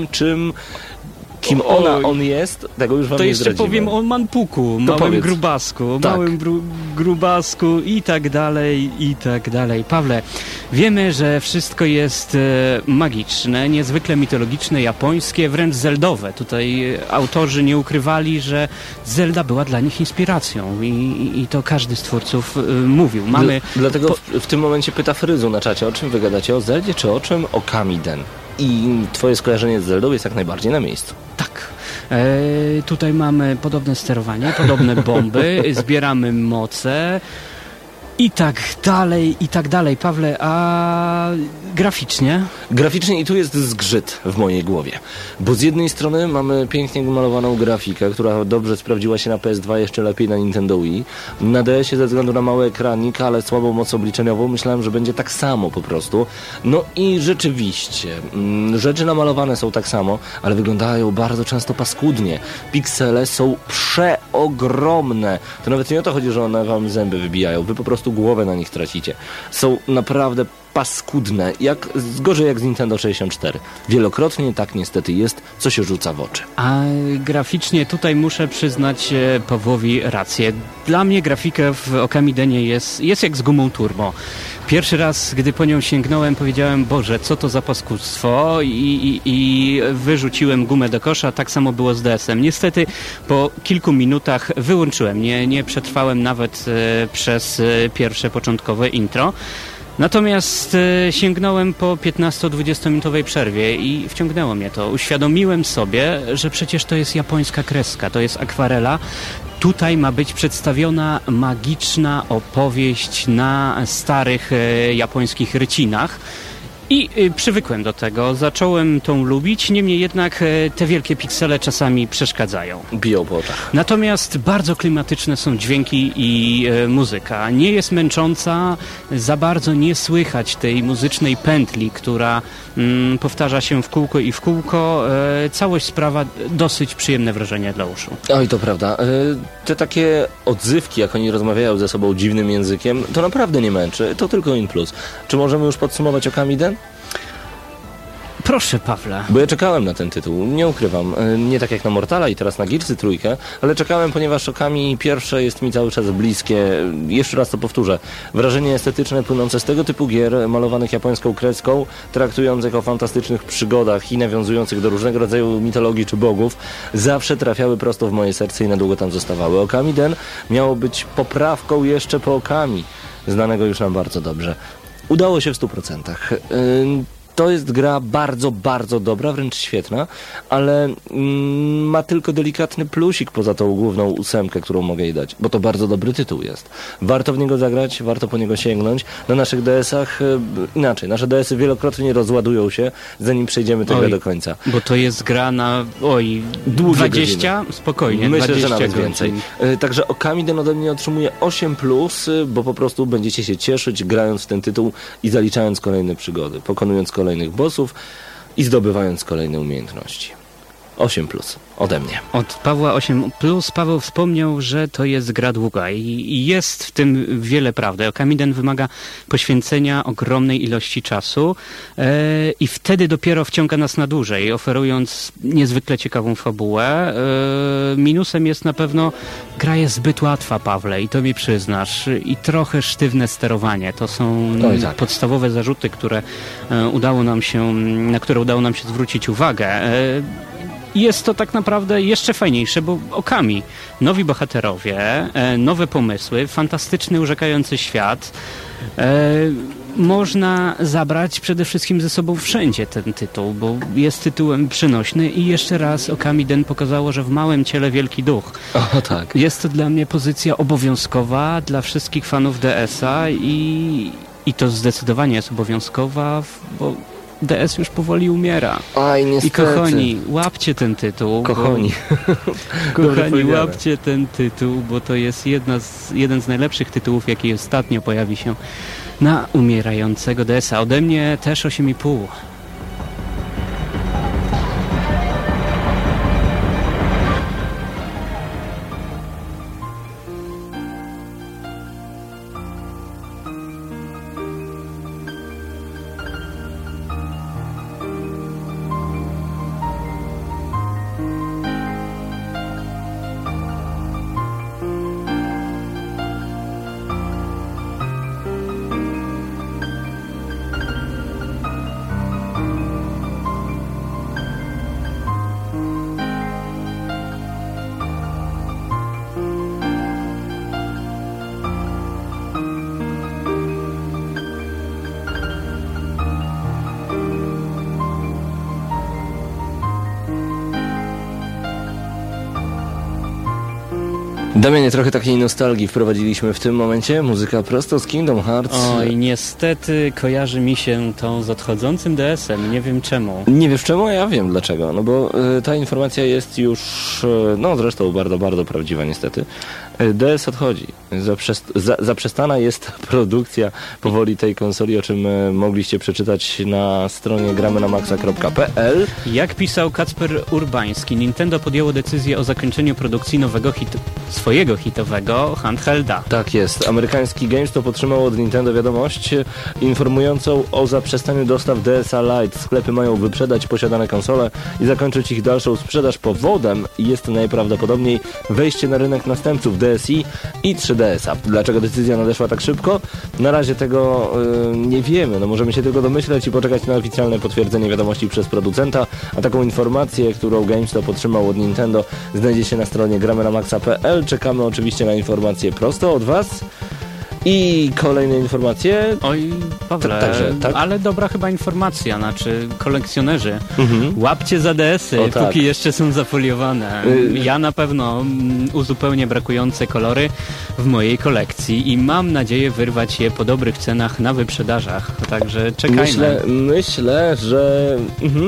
kim on jest, tego już wam To nie jeszcze zdradzimy. powiem o Manpuku, małym powiedz. grubasku, Tak. grubasku i tak dalej, i tak dalej. Pawle, wiemy, że wszystko jest magiczne, niezwykle mitologiczne, japońskie, wręcz zeldowe. Tutaj autorzy nie ukrywali, że Zelda była dla nich inspiracją i to każdy z twórców mówił. Mamy... Dlatego w tym momencie pyta Fryzu na czacie, o czym wy gadacie, o Zeldzie czy o czym? O Kamiden. I twoje skojarzenie z Zeldą jest jak najbardziej na miejscu. Tak. Tutaj mamy podobne sterowanie, podobne bomby, zbieramy moce i tak dalej. Pawle, a graficznie? Graficznie i tu jest zgrzyt w mojej głowie. Bo z jednej strony mamy pięknie malowaną grafikę, która dobrze sprawdziła się na PS2, jeszcze lepiej na Nintendo Wii. Na DS-ie ze względu na mały ekranik, ale słabą moc obliczeniową myślałem, że będzie tak samo po prostu. No i rzeczywiście, rzeczy namalowane są tak samo, ale wyglądają bardzo często paskudnie. Piksele są przeogromne. To nawet nie o to chodzi, że one wam zęby wybijają. Wy po prostu głowę na nich tracicie. Są naprawdę paskudne, gorzej jak z Nintendo 64. Wielokrotnie tak niestety jest, co się rzuca w oczy. A graficznie tutaj muszę przyznać Pawłowi rację. Dla mnie grafika w Okamidenie jest jak z gumą turbo. Pierwszy raz, gdy po nią sięgnąłem, powiedziałem, Boże, co to za paskudstwo i wyrzuciłem gumę do kosza. Tak samo było z DS-em. Niestety po kilku minutach wyłączyłem. Nie przetrwałem nawet przez pierwsze początkowe intro. Natomiast sięgnąłem po 15-20 minutowej przerwie i wciągnęło mnie to. Uświadomiłem sobie, że przecież to jest japońska kreska, to jest akwarela. Tutaj ma być przedstawiona magiczna opowieść na starych japońskich rycinach. I przywykłem do tego, zacząłem tą lubić, niemniej jednak te wielkie piksele czasami przeszkadzają. Biją po oczach. Natomiast bardzo klimatyczne są dźwięki i muzyka. Nie jest męcząca, za bardzo nie słychać tej muzycznej pętli, która powtarza się w kółko i w kółko. Całość sprawia dosyć przyjemne wrażenie dla uszu. Oj, to prawda. Te takie odzywki, jak oni rozmawiają ze sobą dziwnym językiem, to naprawdę nie męczy, to tylko in plus. Czy możemy już podsumować Okamiden? Proszę, Pawle. Bo ja czekałem na ten tytuł, nie ukrywam. Nie tak jak na Mortala i teraz na Gearsy trójkę, ale czekałem, ponieważ Okami pierwsze jest mi cały czas bliskie. Jeszcze raz to powtórzę. Wrażenie estetyczne płynące z tego typu gier, malowanych japońską kreską, traktujących o fantastycznych przygodach i nawiązujących do różnego rodzaju mitologii czy bogów, zawsze trafiały prosto w moje serce i na długo tam zostawały. Okamiden miało być poprawką jeszcze po Okami, znanego już nam bardzo dobrze. Udało się w 100%. To jest gra bardzo, bardzo dobra, wręcz świetna, ale ma tylko delikatny plusik poza tą główną 8, którą mogę jej dać, bo to bardzo dobry tytuł jest. Warto w niego zagrać, warto po niego sięgnąć. Na naszych DS-ach inaczej, nasze DS-y wielokrotnie rozładują się, zanim przejdziemy tego do końca. Bo to jest gra na, długie 20? godziny. Spokojnie, Myślę, 20 że nawet godzin. więcej. Także Okamiden ode mnie otrzymuje 8+, bo po prostu będziecie się cieszyć grając w ten tytuł i zaliczając kolejne przygody, pokonując kolejnych bossów i zdobywając kolejne umiejętności. 8+ ode mnie. Od Pawła 8+. Paweł wspomniał, że to jest gra długa i jest w tym wiele prawdy. Okamiden wymaga poświęcenia ogromnej ilości czasu i wtedy dopiero wciąga nas na dłużej, oferując niezwykle ciekawą fabułę. Minusem jest na pewno gra jest zbyt łatwa, Pawle, i to mi przyznasz. I trochę sztywne sterowanie. To są podstawowe zarzuty, na które udało nam się zwrócić uwagę. Jest to tak naprawdę jeszcze fajniejsze, bo Okami, nowi bohaterowie, nowe pomysły, fantastyczny, urzekający świat. Można zabrać przede wszystkim ze sobą wszędzie ten tytuł, bo jest tytułem przynośny i jeszcze raz Okamiden pokazało, że w małym ciele wielki duch. O tak. Jest to dla mnie pozycja obowiązkowa dla wszystkich fanów DS-a i to zdecydowanie jest obowiązkowa, bo DS już powoli umiera. Aj, niestety. I kochani, łapcie ten tytuł. Kochani, łapcie ten tytuł, bo to jest jeden z najlepszych tytułów, jaki ostatnio pojawi się na umierającego DS-a. Ode mnie też 8,5. Damianie, trochę takiej nostalgii wprowadziliśmy w tym momencie. Muzyka prosto z Kingdom Hearts. Oj, niestety kojarzy mi się to z odchodzącym DS-em. Nie wiem czemu. Nie wiesz czemu? Ja wiem dlaczego. No bo ta informacja jest już, no zresztą bardzo, bardzo prawdziwa niestety. DS odchodzi. Zaprzestana jest produkcja powoli tej konsoli, o czym mogliście przeczytać na stronie gramynamaxa.pl. Jak pisał Kacper Urbański, Nintendo podjęło decyzję o zakończeniu produkcji swojego hitowego handhelda. Tak jest. Amerykański GameStop otrzymał od Nintendo wiadomość informującą o zaprzestaniu dostaw DSa Lite. Sklepy mają wyprzedać posiadane konsole i zakończyć ich dalszą sprzedaż. Powodem jest najprawdopodobniej wejście na rynek następców DSi i 3DS-a. Dlaczego decyzja nadeszła tak szybko? Na razie tego nie wiemy. No, możemy się tylko domyśleć i poczekać na oficjalne potwierdzenie wiadomości przez producenta, a taką informację, którą GameStop otrzymał od Nintendo, znajdzie się na stronie gramynamaxa.pl. Czekamy oczywiście na informacje prosto od Was. I kolejne informacje. Oj, Pawle, tak? Ale dobra chyba informacja, znaczy kolekcjonerzy, łapcie za DS-y, tak. Póki jeszcze są zafoliowane. Ja na pewno uzupełnię brakujące kolory w mojej kolekcji i mam nadzieję wyrwać je po dobrych cenach na wyprzedażach, także czekajmy. Myślę, że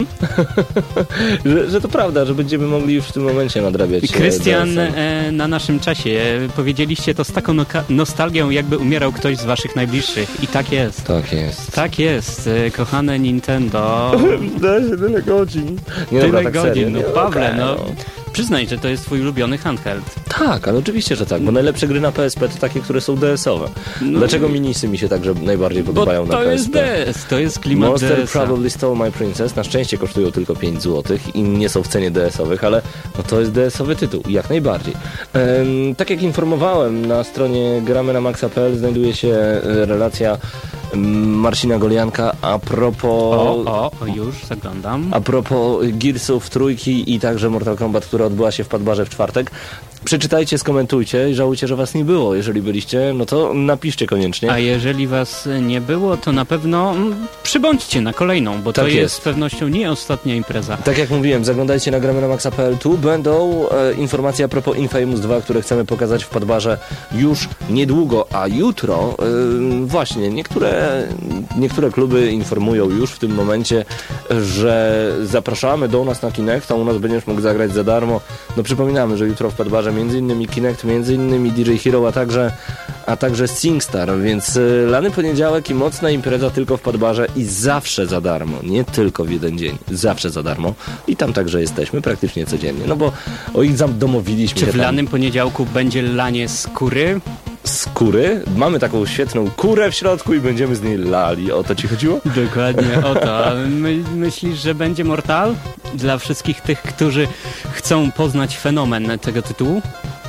że to prawda, że będziemy mogli już w tym momencie nadrabiać. Krystian, na naszym czasie powiedzieliście to z taką nostalgią, jakby umierał ktoś z waszych najbliższych. I tak jest. Tak jest. Tak jest, kochane Nintendo. Da się tyle godzin. Tyle godzin, no Pawle, no. Przyznaj, że to jest twój ulubiony handheld. Tak, ale oczywiście, że tak, bo najlepsze gry na PSP to takie, które są DS-owe. Dlaczego minisy mi się także najbardziej podobają na PSP? To jest DS, to jest klimat Monster DS-a. Probably Stole My Princess, na szczęście kosztują tylko 5 zł i nie są w cenie DS-owych, ale no to jest DS-owy tytuł, jak najbardziej. Tak jak informowałem, na stronie gramynamaxa.pl znajduje się relacja Marcina Golianka a propos... Już zaglądam. A propos Gearsów trójki i także Mortal Kombat, która odbyła się w Padbarze w czwartek. Przeczytajcie, skomentujcie i żałujcie, że was nie było. Jeżeli byliście, no to napiszcie koniecznie. A jeżeli was nie było, to na pewno przybądźcie na kolejną, bo tak to jest z pewnością nie ostatnia impreza. Tak jak mówiłem, zaglądajcie na gramynamaxa.pl. Tu będą informacje a propos Infamous 2, które chcemy pokazać w Padbarze już niedługo, a jutro właśnie niektóre kluby informują już w tym momencie, że zapraszamy do nas na Kinect, a u nas będziesz mógł zagrać za darmo. No przypominamy, że jutro w Padbarze m.in. Kinect, m.in. DJ Hero, a także SingStar, więc lany poniedziałek i mocna impreza tylko w Padbarze i zawsze za darmo, nie tylko w jeden dzień, zawsze za darmo i tam także jesteśmy praktycznie codziennie, no bo o ich domówiliśmy się. Czy w lanym poniedziałku będzie lanie skóry? Skóry? Mamy taką świetną kurę w środku i będziemy z niej lali. O to ci chodziło? Dokładnie o to. Myślisz, że będzie Mortal? Dla wszystkich tych, którzy chcą poznać fenomen tego tytułu?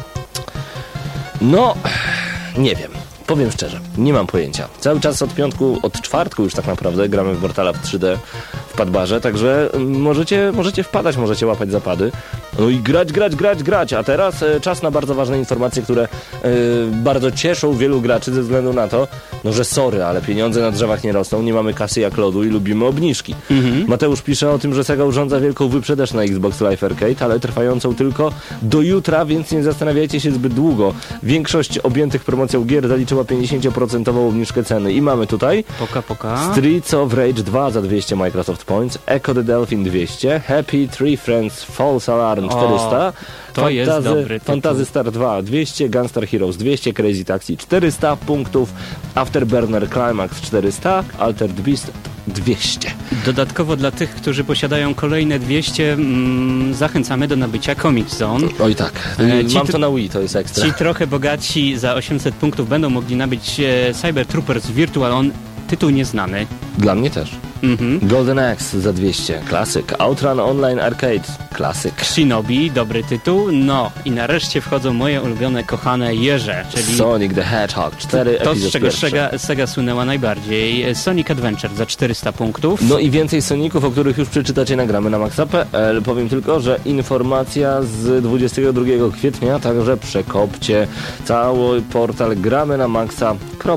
No, nie wiem. Powiem szczerze, nie mam pojęcia. Cały czas od czwartku już tak naprawdę gramy w Mortala w 3D w Padbarze, także możecie wpadać, możecie łapać zapady. No i grać. A teraz czas na bardzo ważne informacje, które bardzo cieszą wielu graczy ze względu na to, no że sorry, ale pieniądze na drzewach nie rosną, nie mamy kasy jak lodu i lubimy obniżki. Mateusz pisze o tym, że Sega urządza wielką wyprzedaż na Xbox Live Arcade, ale trwającą tylko do jutra, więc nie zastanawiajcie się zbyt długo. Większość objętych promocją gier zaliczyła 50% obniżkę ceny i mamy tutaj Poka. Streets of Rage 2 za 200 Microsoft Points, Echo the Dolphin 200, Happy Tree Friends False Alarm 400, to jest dobry tytuł. Fantasy Star 2 200, Gunstar Heroes 200, Crazy Taxi 400 punktów, Afterburner Climax 400, Altered Beast 200. Dodatkowo dla tych, którzy posiadają kolejne 200, zachęcamy do nabycia Comic Zone. Oj tak, mam to na Wii, to jest ekstra. Ci trochę bogaci za 800 punktów będą mogli nabyć Cyber Troopers Virtual On, tytuł nieznany. Dla mnie też. Golden Axe za 200, klasyk. Outrun Online Arcade, klasyk. Shinobi, dobry tytuł. No i nareszcie wchodzą moje ulubione, kochane jeże, czyli Sonic the Hedgehog 4, to, z czego pierwszy. Sega słynęła najbardziej. Sonic Adventure za 400 punktów. No i więcej Soniców, o których już przeczytacie na gramynamaxa.pl. Powiem tylko, że informacja z 22 kwietnia, także przekopcie cały portal gramynamaxa.pl.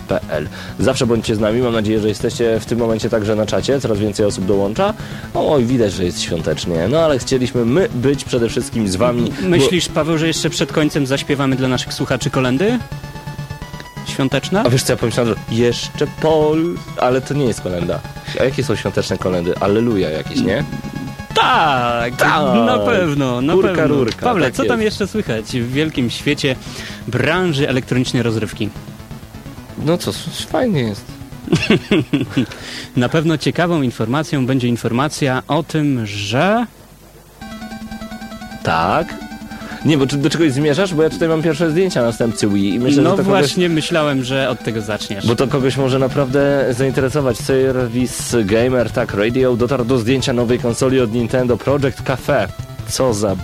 xbox.pl. Zawsze bądźcie z nami, mam nadzieję, że jesteście w tym momencie także na czacie, coraz więcej osób dołącza. Oj, widać, że jest świątecznie, no ale chcieliśmy my być przede wszystkim z wami. Myślisz, Paweł, że jeszcze przed końcem zaśpiewamy dla naszych słuchaczy kolędy? Świąteczne? A wiesz co, ja pomyślałem, że jeszcze ale to nie jest kolenda. A jakie są świąteczne kolendy? Alleluja jakieś, nie? Tak, Tak. na pewno, na Kurka, pewno. rurka, Pawle, tak co tam jest. jeszcze słychać w wielkim świecie branży elektronicznej rozrywki? No co, fajnie jest. Na pewno ciekawą informacją będzie informacja o tym, że... Tak? Nie, bo do czegoś zmierzasz? Bo ja tutaj mam pierwsze zdjęcia następcy Wii i myślę, No że to właśnie, myślałem, że od tego zaczniesz. Bo to kogoś może naprawdę zainteresować. Serwis Gamer Tag Radio dotarł do zdjęcia nowej konsoli od Nintendo Project Cafe. Co za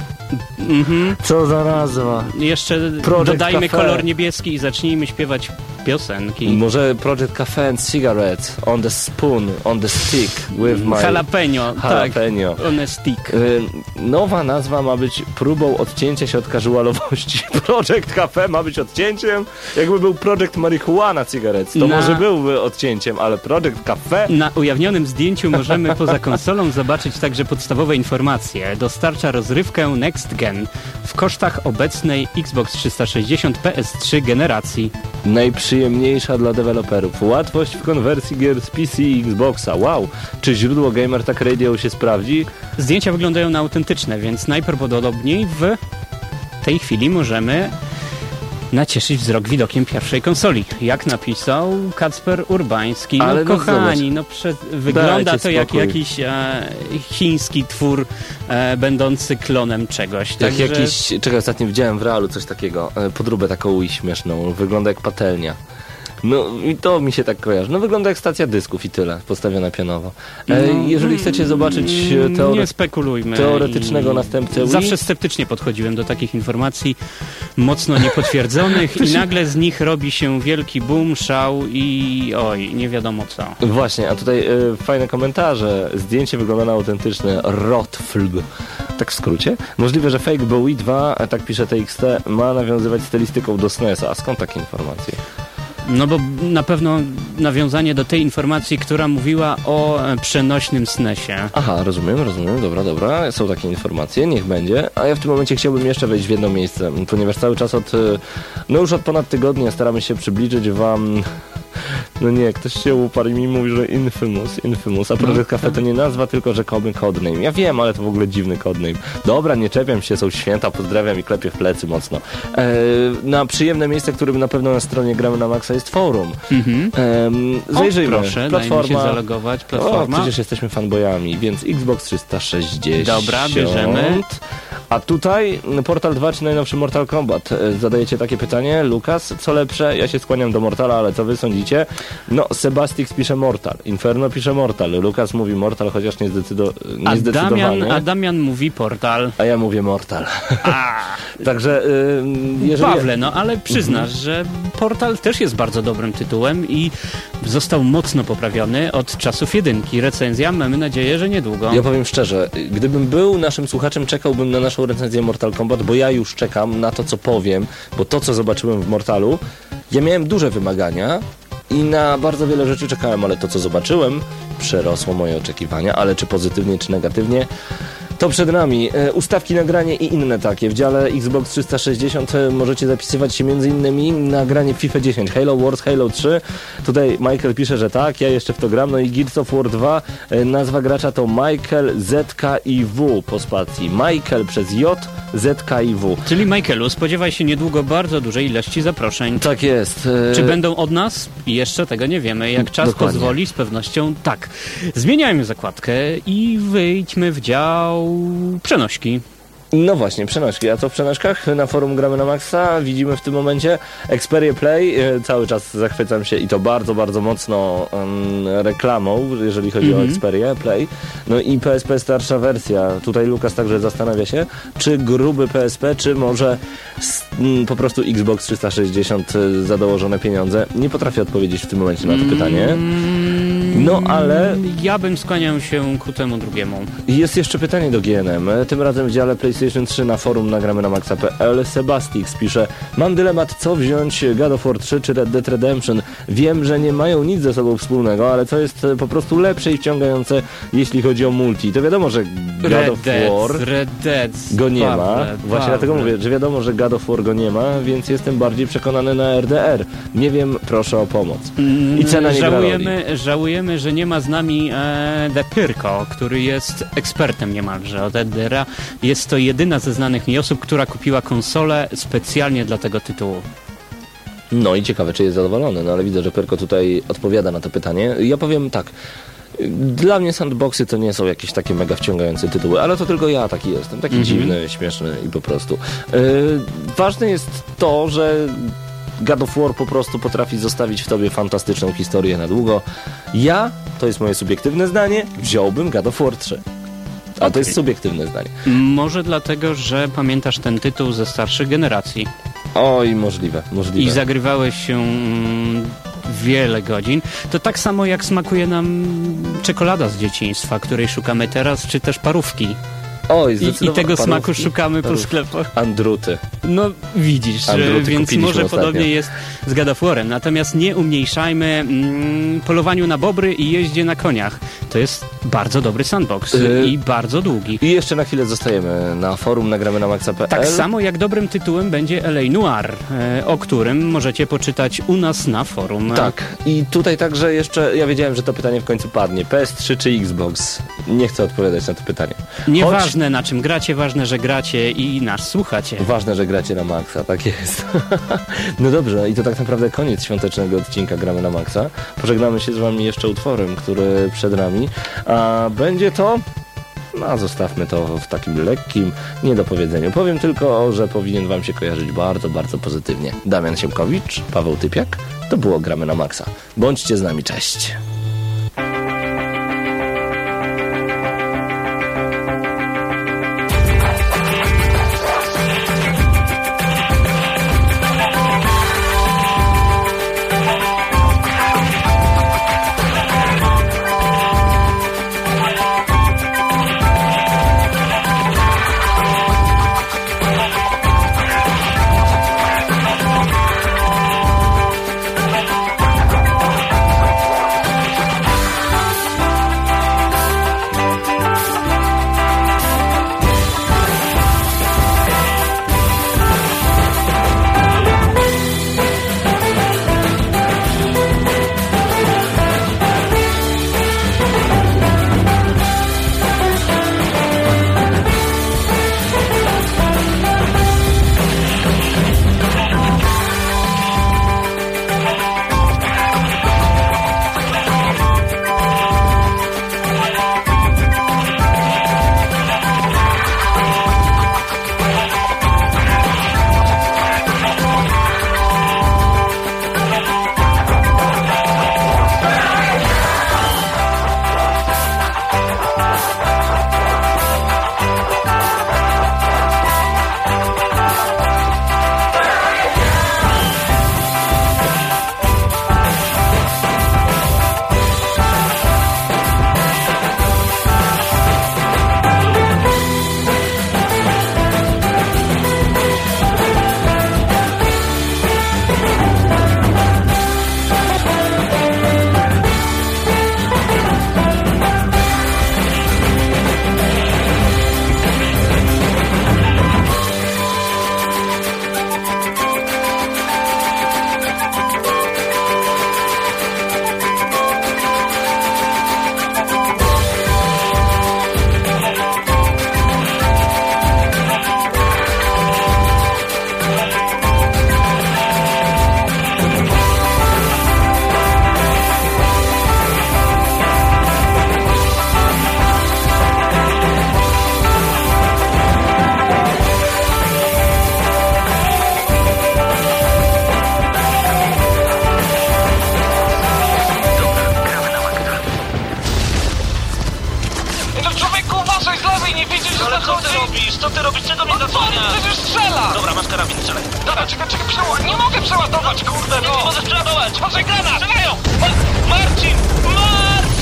nazwa. Jeszcze Project dodajmy Cafe. kolor niebieski i zacznijmy śpiewać piosenki. Może Project Cafe and Cigarettes on the spoon, on the stick with my... Jalapeno, Jalapeno. tak. On a stick. Nowa nazwa ma być próbą odcięcia się od casualowości. Project Cafe ma być odcięciem. Jakby był Project Marihuana Cigarettes, to może byłby odcięciem, ale Project Cafe... Na ujawnionym zdjęciu możemy poza konsolą zobaczyć także podstawowe informacje. Dostarcza rozrywkę Next Gen w kosztach obecnej Xbox 360 PS3 generacji. Najprzyjemniejsza dla deweloperów. Łatwość w konwersji gier z PC i Xboxa. Wow! Czy źródło Gamer Tag Radio się sprawdzi? Zdjęcia wyglądają na autentyczne, więc najprawdopodobniej w tej chwili możemy nacieszyć wzrok widokiem pierwszej konsoli. Jak napisał Kacper Urbański. No Ale no kochani, wygląda Dajcie to jak spokój. jakiś chiński twór będący klonem czegoś. Tak Także- jakiś... Czekaj, ostatnio widziałem w realu coś takiego. Podróbę taką Wii śmieszną. Wygląda jak patelnia. No i to mi się tak kojarzy. No wygląda jak stacja dysków i tyle, postawiona pionowo. Jeżeli chcecie zobaczyć nie spekulujmy. teoretycznego następcę Wii... Zawsze sceptycznie podchodziłem do takich informacji mocno niepotwierdzonych i nagle z nich robi się wielki boom, szał i nie wiadomo co. Właśnie, a tutaj fajne komentarze. Zdjęcie wygląda na autentyczne. Rotflb. Tak w skrócie. Możliwe, że Fake Bowie 2, tak pisze TXT, ma nawiązywać stylistyką do SNES-a. A skąd takie informacje? No bo na pewno nawiązanie do tej informacji, która mówiła o przenośnym SNES-ie. Aha, rozumiem, dobra. Są takie informacje, niech będzie. A ja w tym momencie chciałbym jeszcze wejść w jedno miejsce, ponieważ cały czas już od ponad tygodnia staramy się przybliżyć wam... No nie, ktoś się uparł i mi mówi, że Infamous, a Project Cafe to nie nazwa, tylko rzekomy codename. Ja wiem, ale to w ogóle dziwny codename. Dobra, nie czepiam się, są święta, pozdrawiam i klepię w plecy mocno. Na przyjemne miejsce, którym na pewno na stronie Gramy na Maxa jest forum. Zajrzyjmy. Proszę, dajmy się zalogować. Platforma. Przecież jesteśmy fanboyami, więc Xbox 360. Dobra, bierzemy. A tutaj Portal 2 czy najnowszy Mortal Kombat? Zadajecie takie pytanie. Lukas, co lepsze? Ja się skłaniam do Mortala, ale co wy sądzicie? No, Sebastix pisze Mortal, Inferno pisze Mortal, Lukas mówi Mortal, chociaż niezdecydowanie. A Damian mówi Portal. A ja mówię Mortal. Także jeżeli... Pawle, ale przyznasz, że Portal też jest bardzo dobrym tytułem i został mocno poprawiony od czasów jedynki. Recenzja, mamy nadzieję, że niedługo. Ja powiem szczerze, gdybym był naszym słuchaczem, czekałbym na naszą recenzję Mortal Kombat, bo ja już czekam na to, co powiem, bo to, co zobaczyłem w Mortalu, ja miałem duże wymagania i na bardzo wiele rzeczy czekałem, ale to, co zobaczyłem, przerosło moje oczekiwania, ale czy pozytywnie, czy negatywnie, to przed nami. Ustawki, nagranie i inne takie. W dziale Xbox 360 możecie zapisywać się m.in. na granie w FIFA 10, Halo Wars, Halo 3. Tutaj Michael pisze, że tak, ja jeszcze w to gram. No i Gears of War 2. Nazwa gracza to Michael ZKIW po spacji. Michael przez J, ZKIW. Czyli Michaelu, spodziewaj się niedługo bardzo dużej ilości zaproszeń. Tak jest. Czy będą od nas? Jeszcze tego nie wiemy. Jak czas Dokładnie. pozwoli, z pewnością tak. Zmieniajmy zakładkę i wyjdźmy w dział przenośki. No właśnie, przenośki. A co w przenośkach? Na forum Gramy na Maxa widzimy w tym momencie Xperia Play. Cały czas zachwycam się i to bardzo, bardzo mocno reklamą, jeżeli chodzi o Xperia Play. No i PSP starsza wersja. Tutaj Lukas także zastanawia się, czy gruby PSP, czy może po prostu Xbox 360 za dołożone pieniądze. Nie potrafię odpowiedzieć w tym momencie na to pytanie. No ale Ja bym skłaniał się ku temu drugiemu. jest jeszcze pytanie do GNM. Tym razem w dziale PlayStation 3 na forum nagramy na maxa.pl. Sebastix pisze: mam dylemat, co wziąć, God of War 3 czy Red Dead Redemption. Wiem, że nie mają nic ze sobą wspólnego, ale co jest po prostu lepsze i wciągające, jeśli chodzi o multi. To wiadomo, że God of War Red Dead go nie ma. Pawle. Właśnie dlatego mówię, że wiadomo, że God of War go nie ma, więc jestem bardziej przekonany na RDR. Nie wiem, proszę o pomoc. I cena nie gra roli. Żałujemy, że nie ma z nami The Pyrko, który jest ekspertem niemalże od RDR-a. Jest to jedyna ze znanych mi osób, która kupiła konsolę specjalnie dla tego tytułu. No i ciekawe, czy jest zadowolony, no ale widzę, że Pyrko tutaj odpowiada na to pytanie. Ja powiem tak. Dla mnie sandboxy to nie są jakieś takie mega wciągające tytuły, ale to tylko ja taki jestem, taki dziwny, śmieszny i po prostu. Ważne jest to, że God of War po prostu potrafi zostawić w tobie fantastyczną historię na długo. Ja, to jest moje subiektywne zdanie, wziąłbym God of War 3. A to jest subiektywne zdanie. Może dlatego, że pamiętasz ten tytuł ze starszych generacji. Oj, możliwe. I zagrywałeś się wiele godzin. To tak samo jak smakuje nam czekolada z dzieciństwa, której szukamy teraz, czy też parówki. Oj, I tego smaku szukamy po sklepach. Andruty. No widzisz, Andruty więc może ostatnio. podobnie jest z God of War'em. Natomiast nie umniejszajmy polowaniu na bobry i jeździe na koniach. To jest bardzo dobry sandbox i bardzo długi. I jeszcze na chwilę zostajemy na forum, nagramy na maxa.pl. Tak samo jak dobrym tytułem będzie LA Noire, o którym możecie poczytać u nas na forum. Tak. I tutaj także jeszcze, ja wiedziałem, że to pytanie w końcu padnie. PS3 czy Xbox? Nie chcę odpowiadać na to pytanie. Nieważne na czym gracie, ważne, że gracie i nas słuchacie. Ważne, że gracie na maksa, tak jest. No dobrze, i to tak naprawdę koniec świątecznego odcinka Gramy na Maxa. Pożegnamy się z wami jeszcze utworem, który przed nami. A będzie to... No, zostawmy to w takim lekkim niedopowiedzeniu. Powiem tylko, że powinien wam się kojarzyć bardzo, bardzo pozytywnie. Damian Siemkowicz, Paweł Typiak. To było Gramy na Maxa. Bądźcie z nami, cześć. Co ty robisz? Czego mnie zasłaniasz? Przecież strzela! Dobra, masz karabin, strzelaj. Dobra, czekaj, nie mogę przeładować, kurde, Nie no! możesz przeładować! Patrzaj, granat! Strzelają! Marcin! Marcin!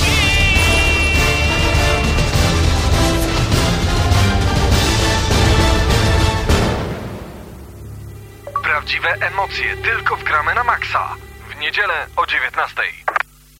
Prawdziwe emocje tylko w Gramy na Maxa. W niedzielę o 19:00.